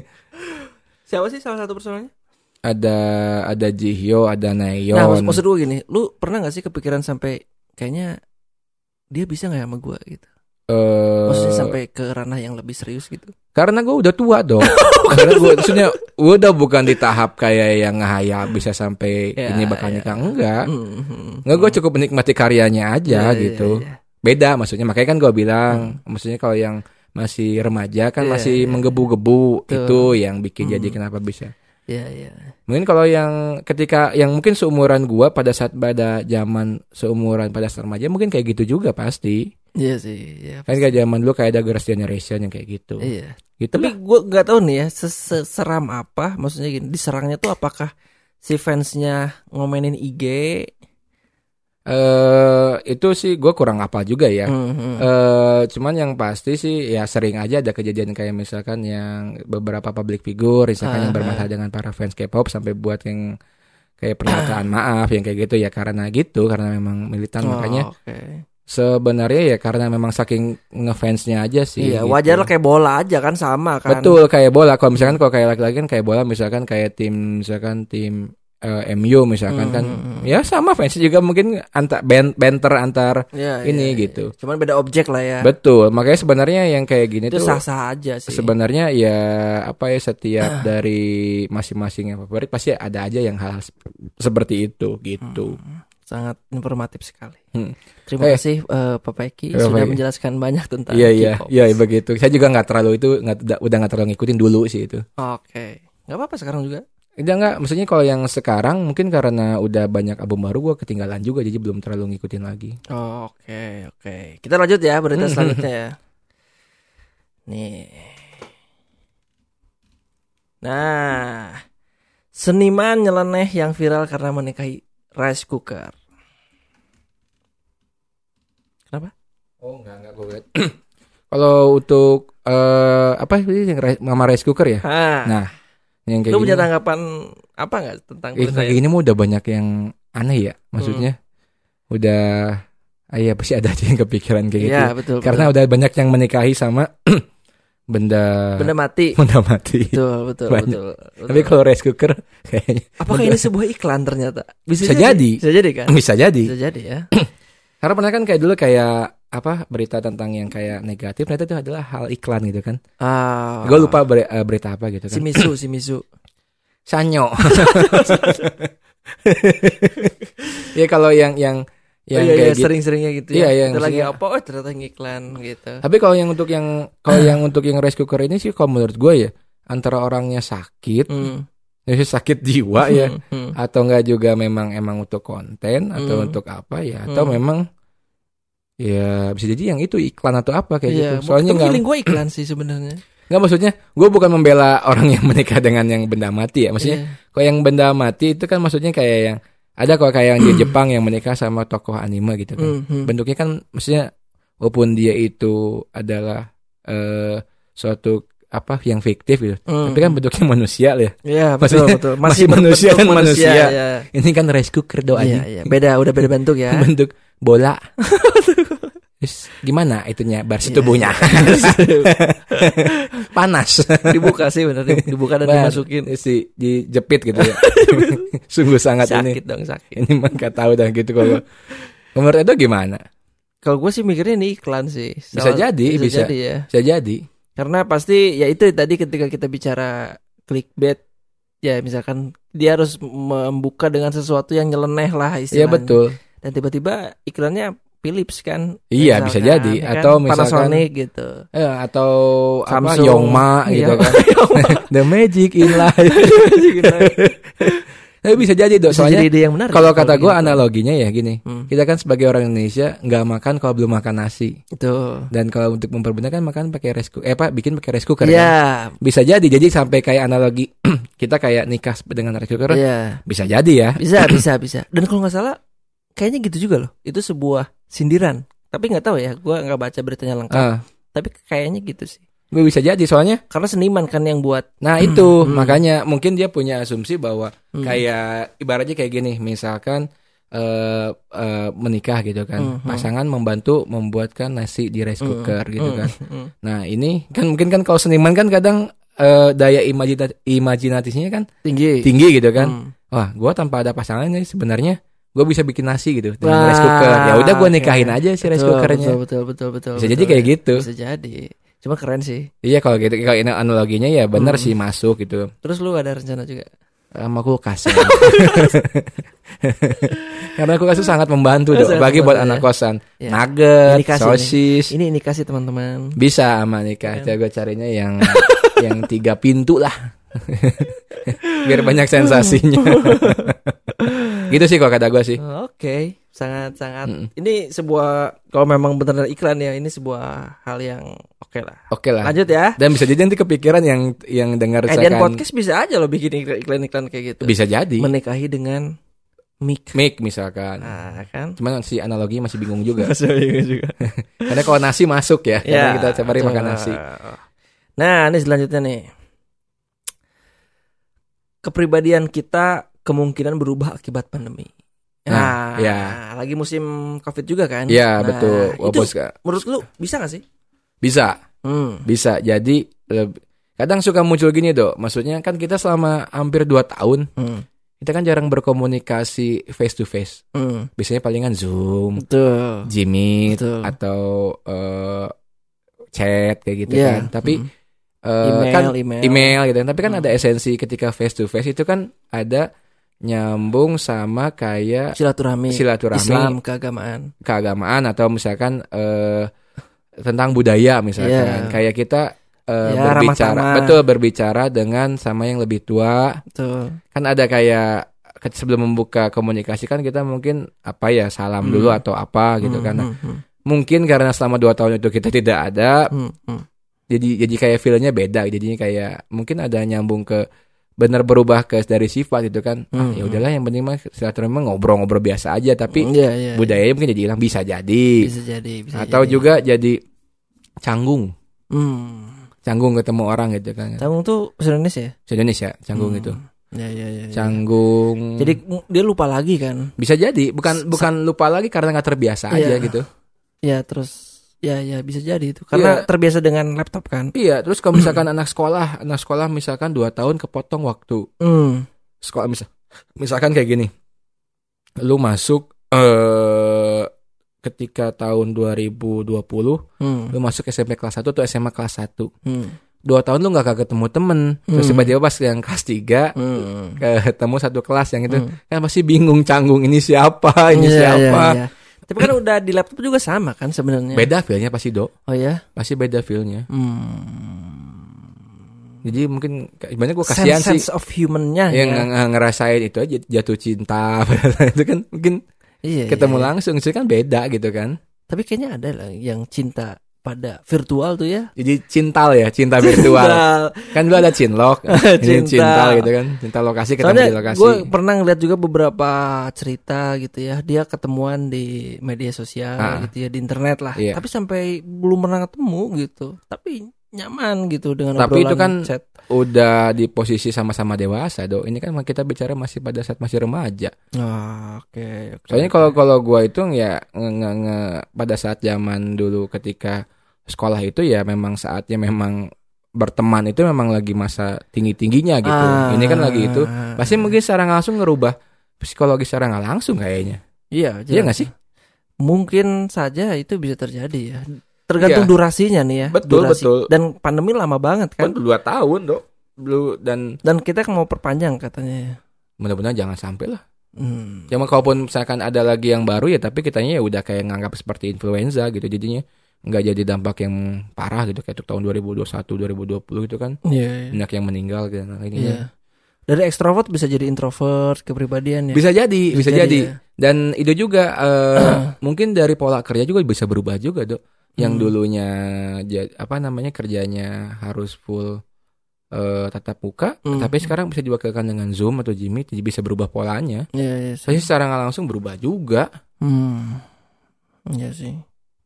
A: Siapa sih salah satu personalnya?
B: Ada ada Jihyo, ada Nayeon.
A: Nah maksud, maksud gue gini, lu pernah gak sih kepikiran sampai kayaknya dia bisa gak ya sama gue gitu? Uh, maksudnya sampai ke ranah yang lebih serius gitu?
B: Karena gue udah tua dong. Karena gue maksudnya udah bukan di tahap kayak yang ngehayal bisa sampai ya, ini bakal nikah ya. Enggak. Mm-hmm. Enggak, gue cukup menikmati karyanya aja ya, gitu. Ya, ya. Beda maksudnya, makanya kan gue bilang, hmm. maksudnya kalau yang masih remaja kan ya, masih ya, menggebu-gebu ya. Itu yang bikin hmm. jadi kenapa bisa.
A: Iya, iya.
B: Mungkin kalau yang ketika yang mungkin seumuran gue pada saat pada zaman seumuran pada saat remaja mungkin kayak gitu juga pasti.
A: Iya sih, iya.
B: Kan kayak zaman dulu kayak ada Girls' Generation yang kayak gitu.
A: Iya.
B: Gitu
A: tapi gue nggak tahu nih ya seseram apa, maksudnya gini, diserangnya tuh apakah si fansnya ngomenin I G?
B: Eh uh, itu sih gue kurang apa juga ya. Mm-hmm. Uh, cuman yang pasti sih ya sering aja ada kejadian kayak misalkan yang beberapa public figure, misalkan uh-huh. yang bermasalah dengan para fans K-pop sampai buat yang kayak pernyataan maaf yang kayak gitu ya karena gitu karena memang militan oh, makanya. Okay. Sebenarnya ya karena memang saking ngefansnya aja sih.
A: Iya,
B: gitu.
A: wajar lah kayak bola aja kan sama kan.
B: Betul kayak bola. Kalau misalkan kalau kayak laki-laki kan kayak bola misalkan kayak tim misalkan tim uh, M U misalkan hmm, kan hmm. ya sama fansnya juga mungkin antar banter antar ya, ini ya, gitu.
A: Ya. Cuman beda objek lah ya.
B: Betul. Makanya sebenarnya yang kayak gini
A: itu
B: tuh
A: sah-sah aja sih.
B: Sebenarnya ya apa ya setiap dari masing-masing yang favorit pasti ada aja yang hal seperti itu gitu. Hmm.
A: Sangat informatif sekali. Hmm.
B: eh,
A: Terima kasih uh, Papa Eki eh, sudah menjelaskan banyak tentang
B: iya, iya, iya, iya begitu. Saya juga nggak terlalu itu nggak udah nggak terlalu ngikutin dulu sih itu.
A: Oke, okay. Nggak apa-apa sekarang juga.
B: Udah nggak, maksudnya kalau yang sekarang mungkin karena udah banyak album baru gue ketinggalan juga jadi belum terlalu ngikutin lagi.
A: Oke oh, oke, okay, okay. Kita lanjut ya berita selanjutnya ya. Nih, nah seniman nyeleneh yang viral karena menikahi rice cooker. Kenapa?
B: Oh enggak enggak gue lihat. Kalau untuk uh, apa sih yang mama rice cooker ya? Ha. Nah, yang kayak
A: lu punya tanggapan apa nggak tentang
B: berita kayak gini? Mah udah banyak yang aneh ya, maksudnya hmm. udah, ah, ya pasti ada aja yang kepikiran kayak
A: ya,
B: gitu.
A: Betul,
B: karena
A: betul.
B: udah banyak yang menikahi sama benda
A: benda mati.
B: benda mati.
A: Betul, betul,
B: Banyak.
A: betul, betul.
B: Tapi kalau rice cooker kayaknya
A: apakah
B: benda-
A: ini sebuah iklan ternyata?
B: Bisa jadi.
A: Bisa jadi kan?
B: bisa jadi.
A: Bisa jadi ya.
B: Karena pernah kan kayak dulu kayak apa berita tentang yang kayak negatif ternyata itu adalah hal iklan gitu kan.
A: Ah.
B: Gue lupa ber- uh, berita apa gitu kan.
A: Si Misu, si Misu.
B: Sanyo. Ya kalau yang yang yang
A: oh, iya,
B: kayak
A: iya,
B: gitu.
A: sering-seringnya gitu
B: Iya,
A: ya.
B: iya,
A: Kita lagi
B: maksudnya-
A: apa? Oh, ternyata ngiklan gitu.
B: Tapi kalau yang untuk yang kalau yang untuk yang rice cooker ini sih kalau menurut gue ya antara orangnya sakit,
A: Hmm.
B: ya sakit jiwa ya,
A: Hmm, hmm.
B: atau enggak juga memang emang untuk konten atau
A: Hmm.
B: untuk apa ya, atau
A: Hmm.
B: memang ya bisa jadi yang itu iklan atau apa kayak
A: Iya,
B: gitu. Soalnya
A: tapi
B: nggak
A: feeling gue iklan sih sebenarnya.
B: nggak maksudnya gue bukan membela orang yang menikah dengan yang benda mati ya. Maksudnya
A: Iya.
B: kalau yang benda mati itu kan maksudnya kayak yang ada kok kayak yang di Jepang yang menikah sama tokoh anime gitu kan.
A: Hmm, hmm.
B: Bentuknya kan maksudnya walaupun dia itu adalah eh, suatu apa yang fiktif gitu.
A: Hmm.
B: Tapi kan bentuknya manusia ya.
A: Iya, betul,
B: Maksudnya
A: betul.
B: masih manusia
A: berbentuk
B: dan manusia.
A: ya.
B: Ini kan rice cooker doa
A: Iya, iya. Beda, udah beda bentuk ya.
B: bentuk bola. Terus gimana itunya baris
A: Iya,
B: tubuhnya? Panas.
A: Dibuka sih benar, dibuka dan
B: Bar-
A: dimasukin.
B: si dijepit gitu ya. Sungguh sangat ini.
A: Sakit dong, sakit.
B: Ini mah nggak tahu dah gitu kalau. Menurut itu gimana?
A: Kalau gue sih mikirnya ini iklan sih.
B: Bisa
A: Salah-
B: jadi, bisa.
A: jadi ya.
B: Bisa jadi.
A: Karena pasti ya itu tadi ketika kita bicara clickbait, ya misalkan dia harus membuka dengan sesuatu yang nyeleneh lah
B: Iya
A: istilahnya.
B: betul.
A: Dan tiba-tiba iklannya Philips kan.
B: Iya, bisa jadi.
A: ya kan?
B: Atau misalkan-
A: Panasonic gitu.
B: Eh, atau apa
A: Samsung.
B: Yongma gitu
A: Iya.
B: kan. The magic in life. Tapi bisa jadi dok.
A: Bisa
B: Soalnya
A: jadi ide yang benar.
B: kalau
A: ya,
B: kata gue
A: gitu.
B: analoginya ya gini.
A: Hmm.
B: Kita kan sebagai orang Indonesia nggak makan kalau belum makan nasi.
A: Itu.
B: Dan kalau untuk memperbenar kan makan pakai rice cooker. Eh apa bikin pakai rice cooker kan.
A: Iya.
B: Bisa jadi. Jadi sampai kayak analogi kita kayak nikah dengan rice cooker.
A: Iya.
B: Bisa jadi ya.
A: Bisa, bisa, bisa. Dan kalau nggak salah, kayaknya gitu juga loh. Itu sebuah sindiran. Tapi nggak tahu ya, gue nggak baca beritanya lengkap.
B: Ah,
A: Tapi kayaknya gitu sih.
B: gue bisa jadi soalnya.
A: Karena seniman kan yang buat.
B: Nah itu
A: Hmm.
B: makanya mungkin dia punya asumsi bahwa
A: Hmm.
B: kayak ibaratnya kayak gini, misalkan eh, eh, menikah gitu kan,
A: Hmm.
B: pasangan membantu membuatkan nasi di rice cooker gitu
A: Hmm,
B: kan.
A: hmm.
B: Nah ini kan mungkin kan kalau seniman kan kadang eh, daya imajina- imajinatifnya kan
A: Tinggi.
B: tinggi gitu kan.
A: Hmm.
B: Wah, gue tanpa ada pasangan nih sebenarnya gue bisa bikin nasi gitu dengan
A: Wah,
B: rice cooker. Ya udah gue
A: oke.
B: nikahin aja si rice
A: Betul,
B: cookernya.
A: Betul, betul, betul, betul.
B: Bisa
A: betul,
B: jadi kayak
A: ya.
B: gitu.
A: Bisa jadi. Cuma keren sih.
B: Iya kalau gitu kalau ini analoginya ya benar
A: Hmm.
B: sih masuk gitu.
A: Terus lu ada rencana juga?
B: Sama kulkas. Karena kulkas itu sangat membantu dong,
A: Sangat
B: bagi buat
A: membantu,
B: anak
A: ya.
B: kosan.
A: Ya.
B: Nugget,
A: Ini kasih
B: sosis,
A: Ini ini kasih teman-teman.
B: bisa sama nikah.
A: Keren.
B: Gue carinya yang yang tiga pintu lah. Biar banyak sensasinya. Gitu sih kalau kata gue sih.
A: Oh, Oke, sangat-sangat.
B: Mm-mm.
A: Ini sebuah kalau memang benar iklan ya, ini sebuah hal yang oke lah.
B: Oke lah.
A: Lanjut ya.
B: Dan bisa jadi nanti kepikiran yang yang dengar
A: Eh, dan
B: misalkan-
A: podcast bisa aja lo bikin iklan- iklan-iklan kayak gitu.
B: bisa jadi.
A: Menikahi dengan mic.
B: Mic misalkan.
A: Nah, kan.
B: Cuman si analogi masih bingung juga.
A: juga.
B: Karena kalau nasi masuk ya. Karena
A: Ya,
B: kita tiap hari
A: betul.
B: makan nasi.
A: Nah, ini selanjutnya nih. Kepribadian kita kemungkinan berubah akibat pandemi.
B: Nah,
A: Nah,
B: ya.
A: lagi musim Covid juga kan?
B: Iya
A: Nah,
B: betul.
A: Itu
B: Walaupun seka-
A: menurut lu bisa gak sih?
B: bisa.
A: Hmm.
B: Bisa jadi leb- kadang suka muncul gini dok. Maksudnya kan kita selama hampir dua tahun
A: Hmm.
B: kita kan jarang berkomunikasi face to face.
A: Hmm.
B: Biasanya palingan Zoom,
A: Betul.
B: Gmeet
A: Betul.
B: atau eh, chat kayak gitu
A: Iya.
B: kan. Tapi
A: Hmm.
B: eh,
A: email,
B: kan
A: email,
B: email gitu kan. Tapi kan
A: Hmm.
B: ada esensi ketika face to face itu kan ada nyambung sama kayak
A: silaturahmi,
B: silaturahmi
A: Islam, keagamaan.
B: keagamaan atau misalkan eh, tentang budaya misalkan
A: Iya.
B: kayak kita eh,
A: Ya, ramah
B: berbicara
A: tamah.
B: betul berbicara dengan sama yang lebih tua
A: Betul.
B: kan ada kayak ke- sebelum membuka komunikasi kan kita mungkin apa ya salam
A: Hmm.
B: dulu atau apa gitu
A: Hmm,
B: kan Nah,
A: hmm, hmm,
B: mungkin karena selama dua tahun itu kita tidak ada
A: hmm, hmm.
B: jadi jadi kayak feelnya beda jadinya kayak mungkin ada nyambung ke benar berubah ke dari sifat gitu kan ah,
A: Hmm,
B: ya udahlah yang penting mah silaturahmi mah ngobrol-ngobrol biasa aja tapi
A: Iya, iya,
B: budayanya mungkin jadi hilang bisa jadi
A: bisa jadi, bisa
B: atau
A: jadi.
B: juga jadi canggung
A: Hmm.
B: canggung ketemu orang gitu kan
A: Canggung tuh bahasa Indonesia ya?
B: Bahasa Indonesia canggung
A: Hmm.
B: itu
A: Ya, ya, ya, ya.
B: canggung
A: Jadi mm, dia lupa lagi kan?
B: bisa jadi bukan bukan lupa lagi karena nggak terbiasa aja
A: Iya.
B: gitu
A: Ya terus Ya, ya bisa jadi itu. Karena
B: Iya.
A: terbiasa dengan laptop kan.
B: Iya, terus kalau misalkan anak sekolah, anak sekolah misalkan dua tahun kepotong waktu.
A: Hmm.
B: Sekolah misal, misalkan kayak gini. Lu masuk eh ketika tahun dua ribu dua puluh,
A: Hmm.
B: lu masuk S M P kelas satu atau S M A kelas satu.
A: Hmm.
B: Dua tahun lu gak ketemu temen. Terus
A: Hmm.
B: tiba-tiba pas yang kelas tiga,
A: Hmm.
B: ketemu satu kelas yang itu,
A: Hmm.
B: kan pasti bingung, canggung, ini siapa, ini
A: Iya,
B: siapa.
A: iya, iya. Tapi kan udah di laptop juga sama kan sebenarnya.
B: Beda feel-nya pasti, Dok.
A: Oh ya.
B: Pasti beda feel-nya.
A: Hmm.
B: Jadi mungkin sebenarnya gue kasihan sih
A: Sense of human-nya
B: yang
A: ya.
B: ng- ngerasain itu aja jatuh cinta itu kan mungkin
A: Iya,
B: ketemu
A: iya.
B: langsung sih kan beda gitu kan.
A: Tapi kayaknya ada lah yang cinta pada virtual tuh ya.
B: Jadi cintal ya, cinta virtual. Kan dulu ada cinlok, ini
A: Cinta.
B: cintal gitu kan, cinta lokasi ketemu
A: Soalnya
B: di lokasi.
A: gue pernah ngeliat juga beberapa cerita gitu ya. Dia ketemuan di media sosial
B: Ah.
A: gitu ya, di internet lah.
B: Iya.
A: Tapi sampai belum pernah ketemu gitu. Tapi nyaman gitu dengan
B: Tapi
A: obrolan
B: itu kan
A: chat.
B: udah di posisi sama-sama dewasa, Dok. Ini kan kita bicara masih pada saat masih remaja.
A: Ah, oke. oke,
B: Soalnya
A: oke.
B: kalau kalau gue itu ya nge, nge, nge- pada saat zaman dulu ketika sekolah itu ya memang saatnya memang berteman itu memang lagi masa tinggi-tingginya gitu.
A: Ah.
B: Ini kan lagi itu pasti mungkin secara nggak langsung ngerubah psikologi secara nggak langsung kayaknya.
A: Iya,
B: Iya
A: jelas.
B: nggak sih?
A: Mungkin saja itu bisa terjadi ya. Tergantung
B: Iya.
A: durasinya nih ya.
B: Betul,
A: durasi.
B: betul.
A: Dan pandemi lama banget kan.
B: Kan dua tahun, Dok. Dulu dan
A: Dan kita mau perpanjang katanya.
B: mudah-mudahan jangan sampai lah.
A: Hmm.
B: Cuma kalaupun misalkan ada lagi yang baru ya tapi kitanya ya udah kayak nganggap seperti influenza gitu jadinya nggak jadi dampak yang parah gitu kayak untuk tahun dua ribu dua puluh satu dua ribu dua puluh itu kan
A: Iya.
B: banyak yang meninggal gitu nah, ini
A: Iya. Dari ekstrovert bisa jadi introvert kepribadian ya.
B: bisa jadi bisa,
A: Bisa jadi,
B: jadi
A: ya.
B: dan itu juga eh, mungkin dari pola kerja juga bisa berubah juga Dok yang
A: Hmm.
B: dulunya ja- apa namanya kerjanya harus full eh, tatap muka
A: Hmm.
B: tapi sekarang bisa diwakilkan dengan Zoom atau Jimmy jadi bisa berubah polanya
A: Iya, iya sih.
B: tapi secara nggak langsung berubah juga
A: Hmm. Iya sih.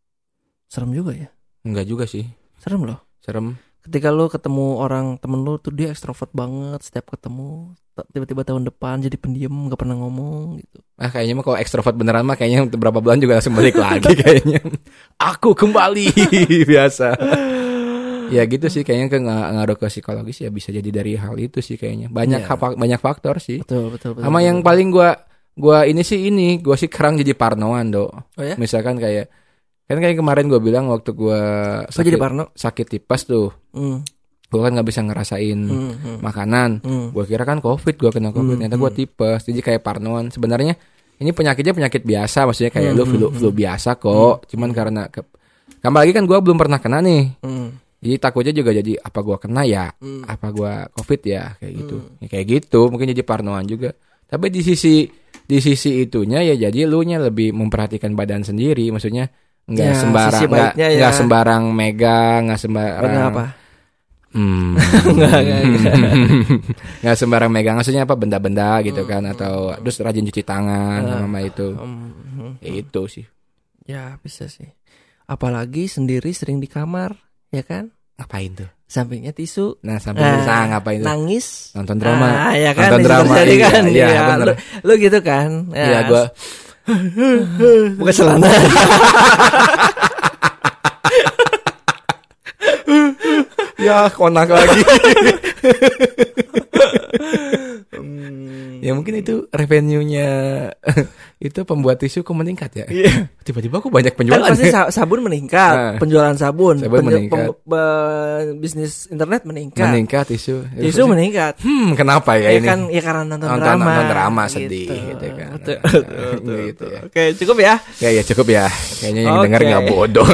A: Serem juga ya.
B: enggak juga sih
A: Serem loh.
B: serem
A: Ketika lu ketemu orang temen lu tuh dia ekstrovert banget setiap ketemu. T- Tiba-tiba tahun depan jadi pendiam gak pernah ngomong gitu.
B: Ah kayaknya mah kalau ekstrovert beneran mah kayaknya beberapa bulan juga langsung balik lagi kayaknya. Aku kembali biasa. Ya gitu sih kayaknya ke ng- ngaruh ke psikologis ya bisa jadi dari hal itu sih kayaknya. Banyak
A: Iya.
B: hal- banyak faktor sih.
A: Betul, betul, betul.
B: Sama
A: betul.
B: yang paling gua gua ini sih ini, gua sih sekarang jadi parnoan, Dok.
A: Oh ya?
B: Misalkan kayak kan kayak kemarin gua bilang waktu gua
A: Kok jadi
B: sakit,
A: parno?
B: sakit tipes tuh.
A: Hmm.
B: Gua kan nggak bisa ngerasain
A: Hmm, hmm.
B: makanan.
A: Hmm.
B: Gua kira kan covid, gua kena covid,
A: Hmm,
B: ternyata gua
A: hmm.
B: tipes. Jadi kayak parnoan. Sebenarnya ini penyakitnya penyakit biasa, maksudnya kayak
A: Hmm,
B: lu flu,
A: hmm,
B: flu biasa kok. Cuman karena ke, tambah lagi kan gua belum pernah kena nih.
A: Hmm.
B: Jadi takutnya juga jadi apa gua kena ya,
A: Hmm.
B: apa gua covid ya kayak gitu.
A: Hmm.
B: Ya, kayak gitu, mungkin jadi parnoan juga. Tapi di sisi di sisi itunya ya jadi lu nya lebih memperhatikan badan sendiri, maksudnya nggak
A: Ya,
B: sembarang
A: sisi
B: nggak
A: baiknya ya.
B: nggak sembarang megang, nggak sembarang
A: Benar apa?
B: Hmm.
A: Nggak, nggak,
B: Nggak sembarang megang, maksudnya apa benda-benda gitu kan,
A: Hmm.
B: atau terus rajin cuci tangan
A: Ah.
B: sama itu,
A: Hmm.
B: ya, itu sih.
A: Ya bisa sih. Apalagi sendiri sering di kamar, ya kan?
B: Ngapain tuh?
A: Sampingnya tisu.
B: Nah sampai
A: Nah,
B: berusaha ngapain tuh?
A: Nangis.
B: Nonton drama,
A: Ah, ya kan,
B: nonton
A: bisa
B: drama,
A: terjadi
B: iya,
A: kan?
B: iya,
A: Iya,
B: bener.
A: lu, lu gitu kan?
B: Iya gue
A: buka celana.
B: ya konak lagi. Ya mungkin itu revenue-nya itu pembuat tisu kok meningkat ya.
A: Iya.
B: Tiba-tiba kok banyak
A: Kan
B: penjualan.
A: pasti
B: ya?
A: sa- sabun meningkat,
B: Nah.
A: penjualan sabun,
B: Sabun
A: penju-
B: meningkat.
A: pem- be- bisnis internet meningkat,
B: Meningkat tisu.
A: tisu meningkat.
B: Hmm, kenapa ya,
A: Ya
B: ini?
A: kan, ya karena nonton,
B: Nonton-
A: drama.
B: nonton drama sedih gitu kan.
A: Betul,
B: Nah,
A: betul, betul,
B: gitu ya.
A: Oke, cukup ya.
B: Ya ya cukup ya. Kayaknya yang
A: Oke.
B: denger nggak bodoh.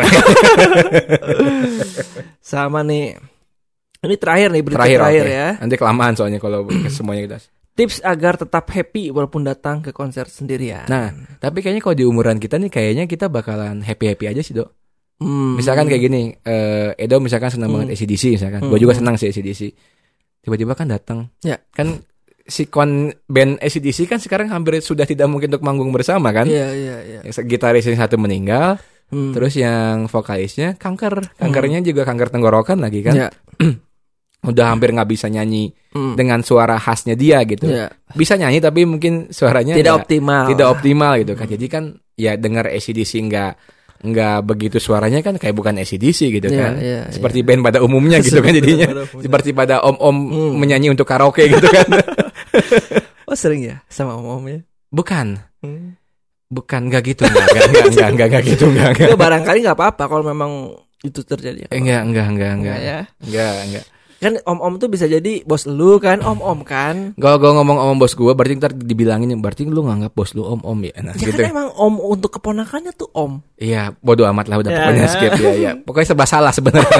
A: Sama nih. Ini terakhir nih berita
B: Terakhir,
A: terakhir,
B: oke.
A: ya.
B: Nanti kelamaan soalnya kalau semuanya kita.
A: Tips agar tetap happy walaupun datang ke konser sendirian.
B: Nah, tapi kayaknya kalau di umuran kita nih kayaknya kita bakalan happy-happy aja sih, Dok.
A: Hmm.
B: Misalkan kayak gini, eh, Edo misalkan senang
A: Hmm.
B: banget A C D C misalkan.
A: Hmm.
B: Gue juga senang sih A C D C. Tiba-tiba kan datang.
A: Ya.
B: Kan si kon band A C D C kan sekarang hampir sudah tidak mungkin untuk manggung bersama kan.
A: Iya, iya, iya.
B: Yang gitarisnya satu meninggal,
A: Hmm.
B: terus yang vokalisnya kanker. Kankernya juga kanker tenggorokan lagi kan.
A: Ya.
B: Udah hampir nggak bisa nyanyi
A: Hmm.
B: dengan suara khasnya dia gitu.
A: Ya.
B: Bisa nyanyi tapi mungkin suaranya
A: Tidak
B: nggak-
A: optimal.
B: tidak optimal gitu kan. Jadi kan ya dengar A C D C nggak nggak begitu suaranya kan kayak bukan A C D C gitu
A: Iya,
B: kan.
A: iya,
B: Seperti
A: iya.
B: band pada umumnya gitu kan jadinya. Seperti pada om-om
A: Hmm.
B: menyanyi untuk karaoke gitu kan.
A: Oh sering ya sama om-omnya?
B: Bukan.
A: Hmm.
B: Bukan, nggak gitu, nggak, nggak, nggak, nggak, nggak, nggak gitu, nggak, nggak.
A: Ya, barangkali nggak apa-apa kalau memang itu terjadi.
B: Eh, Enggak, enggak, enggak, enggak,
A: Enggak ya.
B: enggak, enggak.
A: Kan om-om tuh bisa jadi bos lu kan, om-om kan.
B: Kalau gue ngomong om bos gue, berarti ntar dibilangin, berarti lu nganggap bos lu om-om ya, nah,
A: Ya
B: gitu.
A: kan emang om untuk keponakannya tuh om.
B: Iya, bodoh amat lah udah
A: Ya,
B: pokoknya
A: ya.
B: skip ya, ya. Pokoknya serba salah sebenarnya.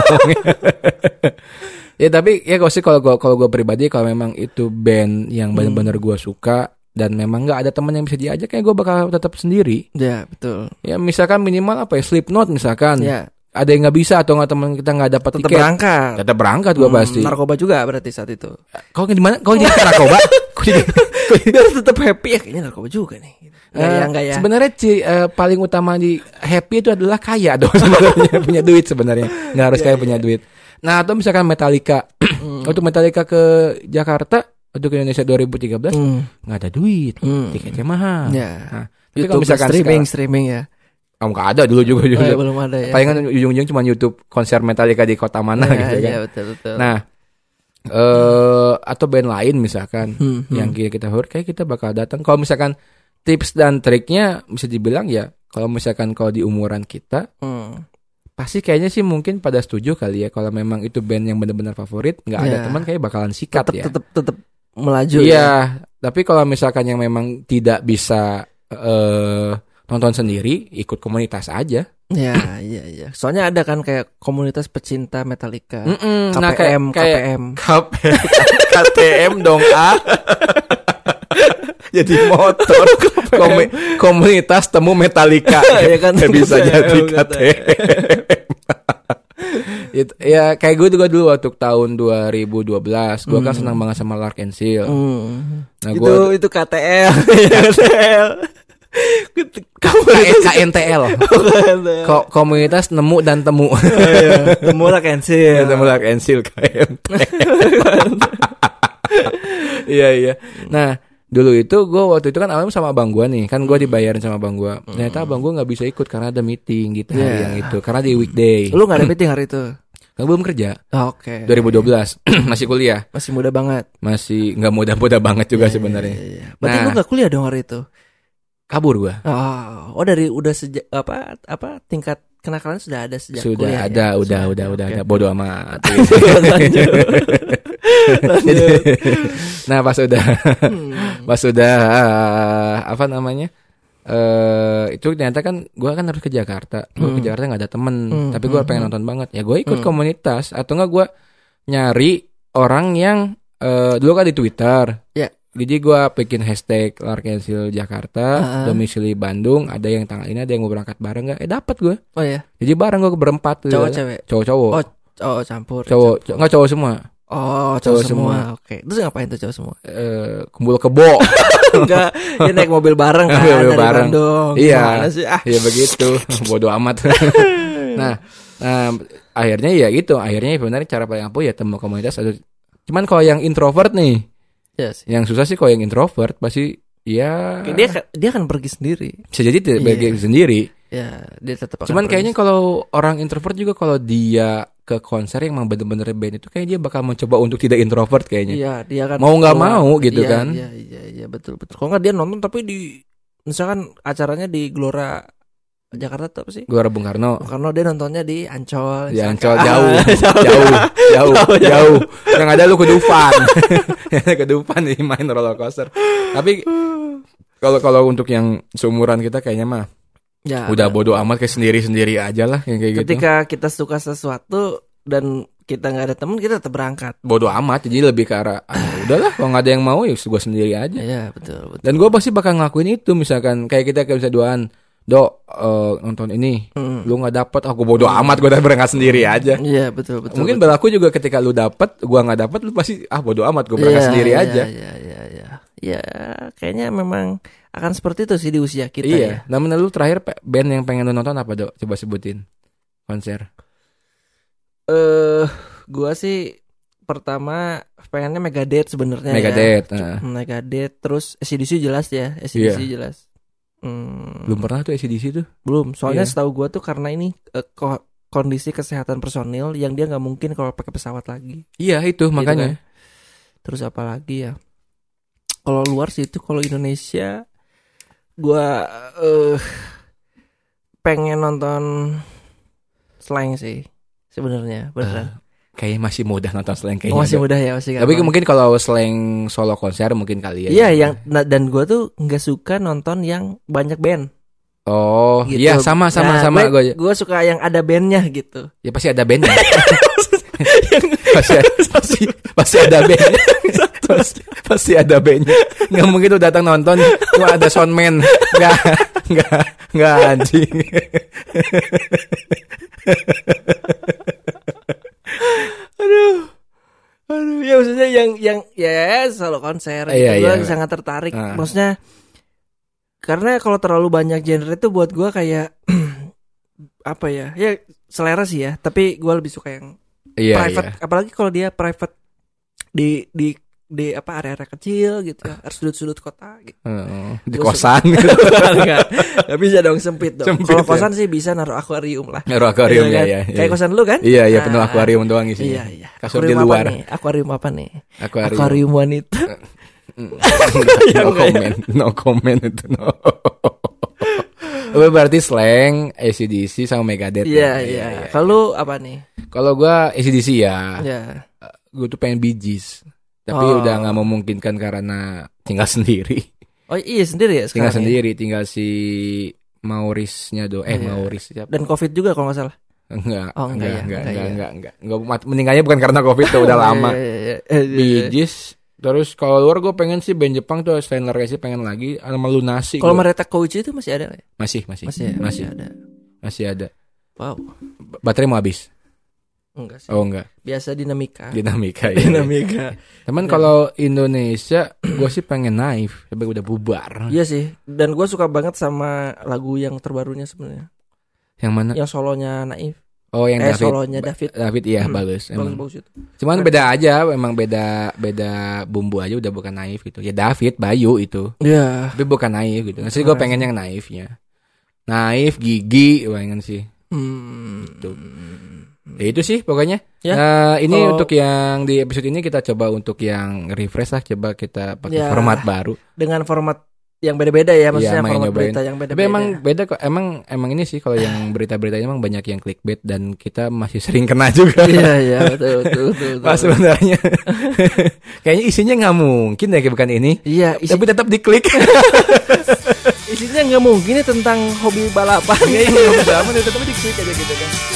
B: Ya tapi ya kalau sih kalau gue kalau gue pribadi kalau memang itu band yang benar-benar gue suka dan memang nggak ada teman yang bisa diajak, kayak gue bakal tetap sendiri.
A: Ya betul.
B: Ya misalkan minimal apa ya, Slipknot misalkan.
A: Ya.
B: Ada yang nggak bisa atau nggak teman kita nggak dapat
A: Tetap
B: tiket.
A: berangkat.
B: Tetap berangkat gue
A: Hmm,
B: pasti.
A: Narkoba juga berarti saat itu.
B: Kau di mana? Kau jadi narkoba? Kau jadi
A: Biar tetap happy ya, kayaknya narkoba juga nih. Enggak ya,
B: Eh,
A: enggak ya.
B: Sebenarnya Ci, eh, paling utama di happy itu adalah kaya dong sebenarnya, punya duit sebenarnya. Nggak harus kaya punya duit. Nah, atau misalkan Metallica. Untuk Metallica ke Jakarta untuk ke Indonesia dua ribu tiga belas
A: Hmm.
B: nggak ada duit.
A: Hmm.
B: Tiketnya mahal.
A: Ya.
B: Nah, tapi
A: YouTube
B: kalau misalkan
A: streaming
B: sekarang-
A: streaming ya.
B: Oh, nggak ada dulu juga
A: Oh,
B: juga.
A: ya, belum ada ya.
B: Palingan ujung-ujung cuma YouTube konser Metallica di kota mana
A: Ya,
B: gitu kan.
A: ya, betul betul.
B: Nah, eh atau band lain misalkan
A: Hmm, hmm.
B: yang kita kita hur kayak kita bakal datang. Kalau misalkan tips dan triknya bisa dibilang ya, kalau misalkan kalau di umuran kita
A: Hmm.
B: pasti kayaknya sih mungkin pada setuju kali ya kalau memang itu band yang benar-benar favorit, nggak ada
A: Ya.
B: teman kayak bakalan sikat
A: tetap
B: ya.
A: tetap tetap melaju
B: Iya,
A: ya.
B: tapi kalau misalkan yang memang tidak bisa eh nonton sendiri, ikut komunitas aja.
A: Ya, iya iya. Soalnya ada kan kayak komunitas pecinta Metallica.
B: Mm-mm,
A: K P M,
B: nah, kayak-
A: K P
B: kayak-
A: M.
B: K T M dong ah. Jadi motor Komi- komunitas temu Metallica.
A: Ya kan,
B: Nggak bisa
A: K T M,
B: jadi K
A: kata.
B: T M. It- ya kayak gue juga dulu waktu tahun dua ribu dua belas gue kan senang banget sama Lark and Seal.
A: Hmm.
B: Nah,
A: itu
B: gua-
A: itu K T L. K T L.
B: K N T L. Ko- komunitas nemu dan temu.
A: Temu lah cancel.
B: Temu Lark and Seal K N T L. Iya iya. Nah dulu itu gue waktu itu kan awalnya sama abang gue nih, kan gue dibayarin sama abang gue. Ternyata abang gue nggak bisa ikut karena ada meeting gitu hari
A: Yeah.
B: yang itu, karena di weekday.
A: Lu gak ada meeting hari itu?
B: Kan belum kerja.
A: Oh, Oke.
B: dua ribu dua belas masih kuliah,
A: Masih muda banget.
B: masih nggak muda-muda banget juga
A: Iya,
B: sebenarnya.
A: iya, iya. Berarti
B: Nah.
A: lu gak kuliah dong hari itu?
B: Kabur gue.
A: Oh, oh dari udah sejak apa apa tingkat kenakalan sudah ada sejak
B: Sudah
A: kuliah
B: ada,
A: ya?
B: udah, udah, udah,
A: Oke.
B: ada. Bodoh amat.
A: Lanjut. Lanjut.
B: Nah pas udah,
A: Hmm.
B: pas udah ah, apa namanya? Eh itu ternyata kan gue kan harus ke Jakarta. Gue ke
A: Hmm.
B: Jakarta nggak ada temen,
A: Hmm,
B: tapi gue
A: hmm,
B: pengen
A: hmm.
B: nonton banget. Ya gue ikut
A: Hmm.
B: komunitas atau nggak gue nyari orang yang eh dulu kan di Twitter.
A: Ya.
B: Jadi gue bikin hashtag Lark and Seal Jakarta,
A: Ah.
B: domisili Bandung. Ada yang tanggal ini, ada yang mau berangkat bareng nggak? Eh dapat gue.
A: Oh ya,
B: Jadi bareng gue berempat.
A: cowok
B: gitu.
A: cewek.
B: Cowok-cowok.
A: Oh, oh campur.
B: Cowok, co- nggak cowok semua.
A: Oh,
B: Cowok
A: cowok semua. Oke. Terus ngapain tuh cowok semua?
B: Eh kumpul kebo.
A: Enggak, dia naik mobil bareng kan
B: Mobil
A: dari
B: bareng.
A: Bandung.
B: Iya.
A: Gimana sih? Ah.
B: Ya begitu, bodoh amat. nah, nah, akhirnya ya gitu. Akhirnya sebenarnya cara paling ampuh ya temu komunitas. Atau... Cuman kalau yang introvert nih,
A: Iya sih.
B: yang susah sih kalau yang introvert pasti ya
A: Dia dia akan pergi sendiri.
B: bisa jadi tidak
A: Iya.
B: bagi sendiri.
A: Ya, dia tetap akan
B: Cuman
A: pergi
B: kayaknya kalau orang introvert juga kalau dia ke konser yang memang bener-bener band itu kayaknya dia bakal mencoba untuk tidak introvert kayaknya.
A: Iya, dia kan
B: Mau nggak
A: keluar.
B: mau gitu
A: Iya,
B: kan.
A: Iya, iya, iya, betul, betul. Kalau nggak dia nonton tapi di misalkan acaranya di Gelora Jakarta tuh apa sih?
B: Gelora Bung Karno.
A: Karena dia nontonnya di Ancol.
B: Ya
A: misalkan.
B: Ancol jauh,
A: Jauh.
B: jauh, jauh,
A: Jauh,
B: jauh. Yang ada lu ke Dufan, ke Dufan nih main roller coaster. Tapi kalau kalau untuk yang seumuran kita kayaknya mah
A: Ya,
B: udah bodo amat kayak sendiri-sendiri aja lah yang kayak gitu.
A: ketika kita suka sesuatu dan kita nggak ada teman, kita tetap berangkat.
B: Bodo amat, jadi lebih ke arah ah, udahlah kalau nggak ada yang mau ya gue sendiri aja.
A: Ya, betul, betul.
B: Dan gue pasti bakal ngelakuin itu misalkan kayak kita kayak bisa duaan, Dok eh, nonton ini,
A: Hmm.
B: lu nggak dapet, aku bodo amat gue udah berangkat sendiri aja.
A: Iya, betul, betul.
B: Mungkin
A: betul.
B: berlaku juga ketika lu dapet, gua nggak dapet, lu pasti ah bodo amat gue berangkat
A: Iya,
B: sendiri
A: iya,
B: aja.
A: Iya, iya, iya. Ya, kayaknya memang akan seperti itu sih di usia kita
B: Iya.
A: ya.
B: Nah, menurut lu terakhir pe- band yang pengen lu nonton apa, Dok? Coba sebutin konser.
A: Eh, gua sih pertama pengennya Megadeth sebenarnya ya.
B: Megadeth. heeh.
A: Megadeth terus A C D C jelas ya, A C D C
B: Iya.
A: jelas. Hmm.
B: Belum pernah tuh A C D C tuh.
A: Belum. Soalnya
B: Iya.
A: setahu gue tuh karena ini uh, ko- kondisi kesehatan personil yang dia nggak mungkin kalau pakai pesawat lagi.
B: Iya itu makanya.
A: Gitu kan. Terus apa lagi ya? Kalau luar sih itu, kalau Indonesia, gue uh, pengen nonton Slank sih sebenarnya beneran.
B: Uh, Kayaknya masih mudah nonton Slank kayaknya.
A: Oh, masih
B: ada.
A: mudah ya masih.
B: Tapi
A: gampang.
B: mungkin kalau Slank solo konser mungkin kali ya.
A: Iya yang nah, dan gue tuh nggak suka nonton yang banyak band.
B: Oh
A: Gitu.
B: iya sama sama
A: Nah,
B: sama
A: gue,
B: gue.
A: gue suka yang ada bandnya gitu.
B: Ya pasti ada bandnya. pasti, pasti pasti ada bandnya. pasti, pasti ada bandnya. Nggak mungkin tuh datang nonton cuma ada soundman. Nggak nggak nggak anjing.
A: Aduh, aduh, ya maksudnya yang yang ya solo konser,
B: Iya,
A: gitu. Gue
B: iya.
A: sangat tertarik.
B: Ah.
A: Maksudnya karena kalau terlalu banyak genre itu buat gue kayak apa ya? Ya selera sih ya. Tapi gue lebih suka yang
B: Iya
A: private.
B: iya.
A: Apalagi kalau dia private di di di apa area-area kecil gitu, ya, sudut-sudut kota gitu.
B: Uh, di
A: Gua
B: kosan.
A: Enggak, enggak bisa dong, sempit dong.
B: Sempit,
A: Kalau
B: ya.
A: kosan sih bisa naruh akuarium lah.
B: Naruh akuarium
A: Iya
B: ya
A: kan?
B: ya.
A: Kayak kosan lu kan?
B: Iya iya penuh
A: Nah,
B: akuarium doang isinya.
A: Iya iya.
B: Kasur
A: Akuarium
B: di luar.
A: Apa nih? Akuarium apa nih?
B: Akuarium.
A: Akuarium wanita.
B: no comment, no comment itu no. Oh, berarti Slank, A C D C sama Megadeth.
A: Iya
B: ya?
A: iya. Kalau apa nih?
B: Kalau gua A C D C ya,
A: Ya.
B: gue tuh pengen Bee Gees. Tapi
A: Oh.
B: udah nggak memungkinkan karena tinggal sendiri.
A: Oh iya sendiri ya
B: Tinggal
A: sekarang. ya?
B: sendiri, tinggal si Maurice-nya do. Eh
A: Iya.
B: Maurice siapa?
A: Dan Covid juga kalau nggak salah.
B: Enggak,
A: Oh, enggak
B: enggak,
A: ya,
B: enggak,
A: enggak
B: enggak,
A: ya.
B: enggak, enggak, enggak. mat- Meninggalnya bukan karena Covid tuh udah lama.
A: Iya, iya, iya. Eh, iya,
B: Bee
A: iya.
B: Gees. Terus kalau luar gue pengen sih band Jepang tuh Steinler sih pengen lagi sama Lunasi.
A: Kalau
B: gua.
A: Mereta Kouchi itu masih ada nggak ya?
B: masih, masih,
A: Masih ya?
B: masih,
A: ada.
B: masih ada.
A: Wow.
B: B- Baterai mau habis?
A: Enggak sih.
B: Oh enggak,
A: Biasa dinamika.
B: dinamika ya.
A: Dinamika.
B: Teman kalau Indonesia, gue sih pengen Naif, tapi udah bubar.
A: Iya sih. Dan gue suka banget sama lagu yang terbarunya sebenarnya.
B: Yang mana?
A: Yang solonya Naif.
B: Oh yang
A: eh
B: David.
A: solonya David.
B: David iya
A: Hmm,
B: bagus, emang.
A: Bagus-bagus itu.
B: Cuman beda aja, emang beda beda bumbu aja udah bukan Naif gitu. Ya David, Bayu itu,
A: Iya.
B: tapi bukan Naif gitu. Nanti gue pengen yang Naifnya. Naif, Gigi, pengen sih.
A: Hmm.
B: Gitu. Ya itu sih pokoknya.
A: Ya.
B: Nah, ini
A: Oh.
B: untuk yang di episode ini kita coba untuk yang refresh lah, coba kita pakai
A: Ya.
B: format baru.
A: Dengan format yang beda-beda ya, maksudnya
B: Iya, main
A: format
B: nyobain.
A: berita yang beda-beda.
B: Tapi emang beda kok. Emang emang ini sih kalau yang berita-berita emang banyak yang clickbait dan kita masih sering kena juga.
A: Iya iya betul betul betul. betul.
B: Pas sebenarnya kayaknya isinya nggak mungkin ya kayak bukan ini.
A: Iya, isi,
B: Tapi tetap diklik.
A: isinya nggak mungkin ya tentang hobi balapan.
B: Iya, tetap diklik aja gitu kan.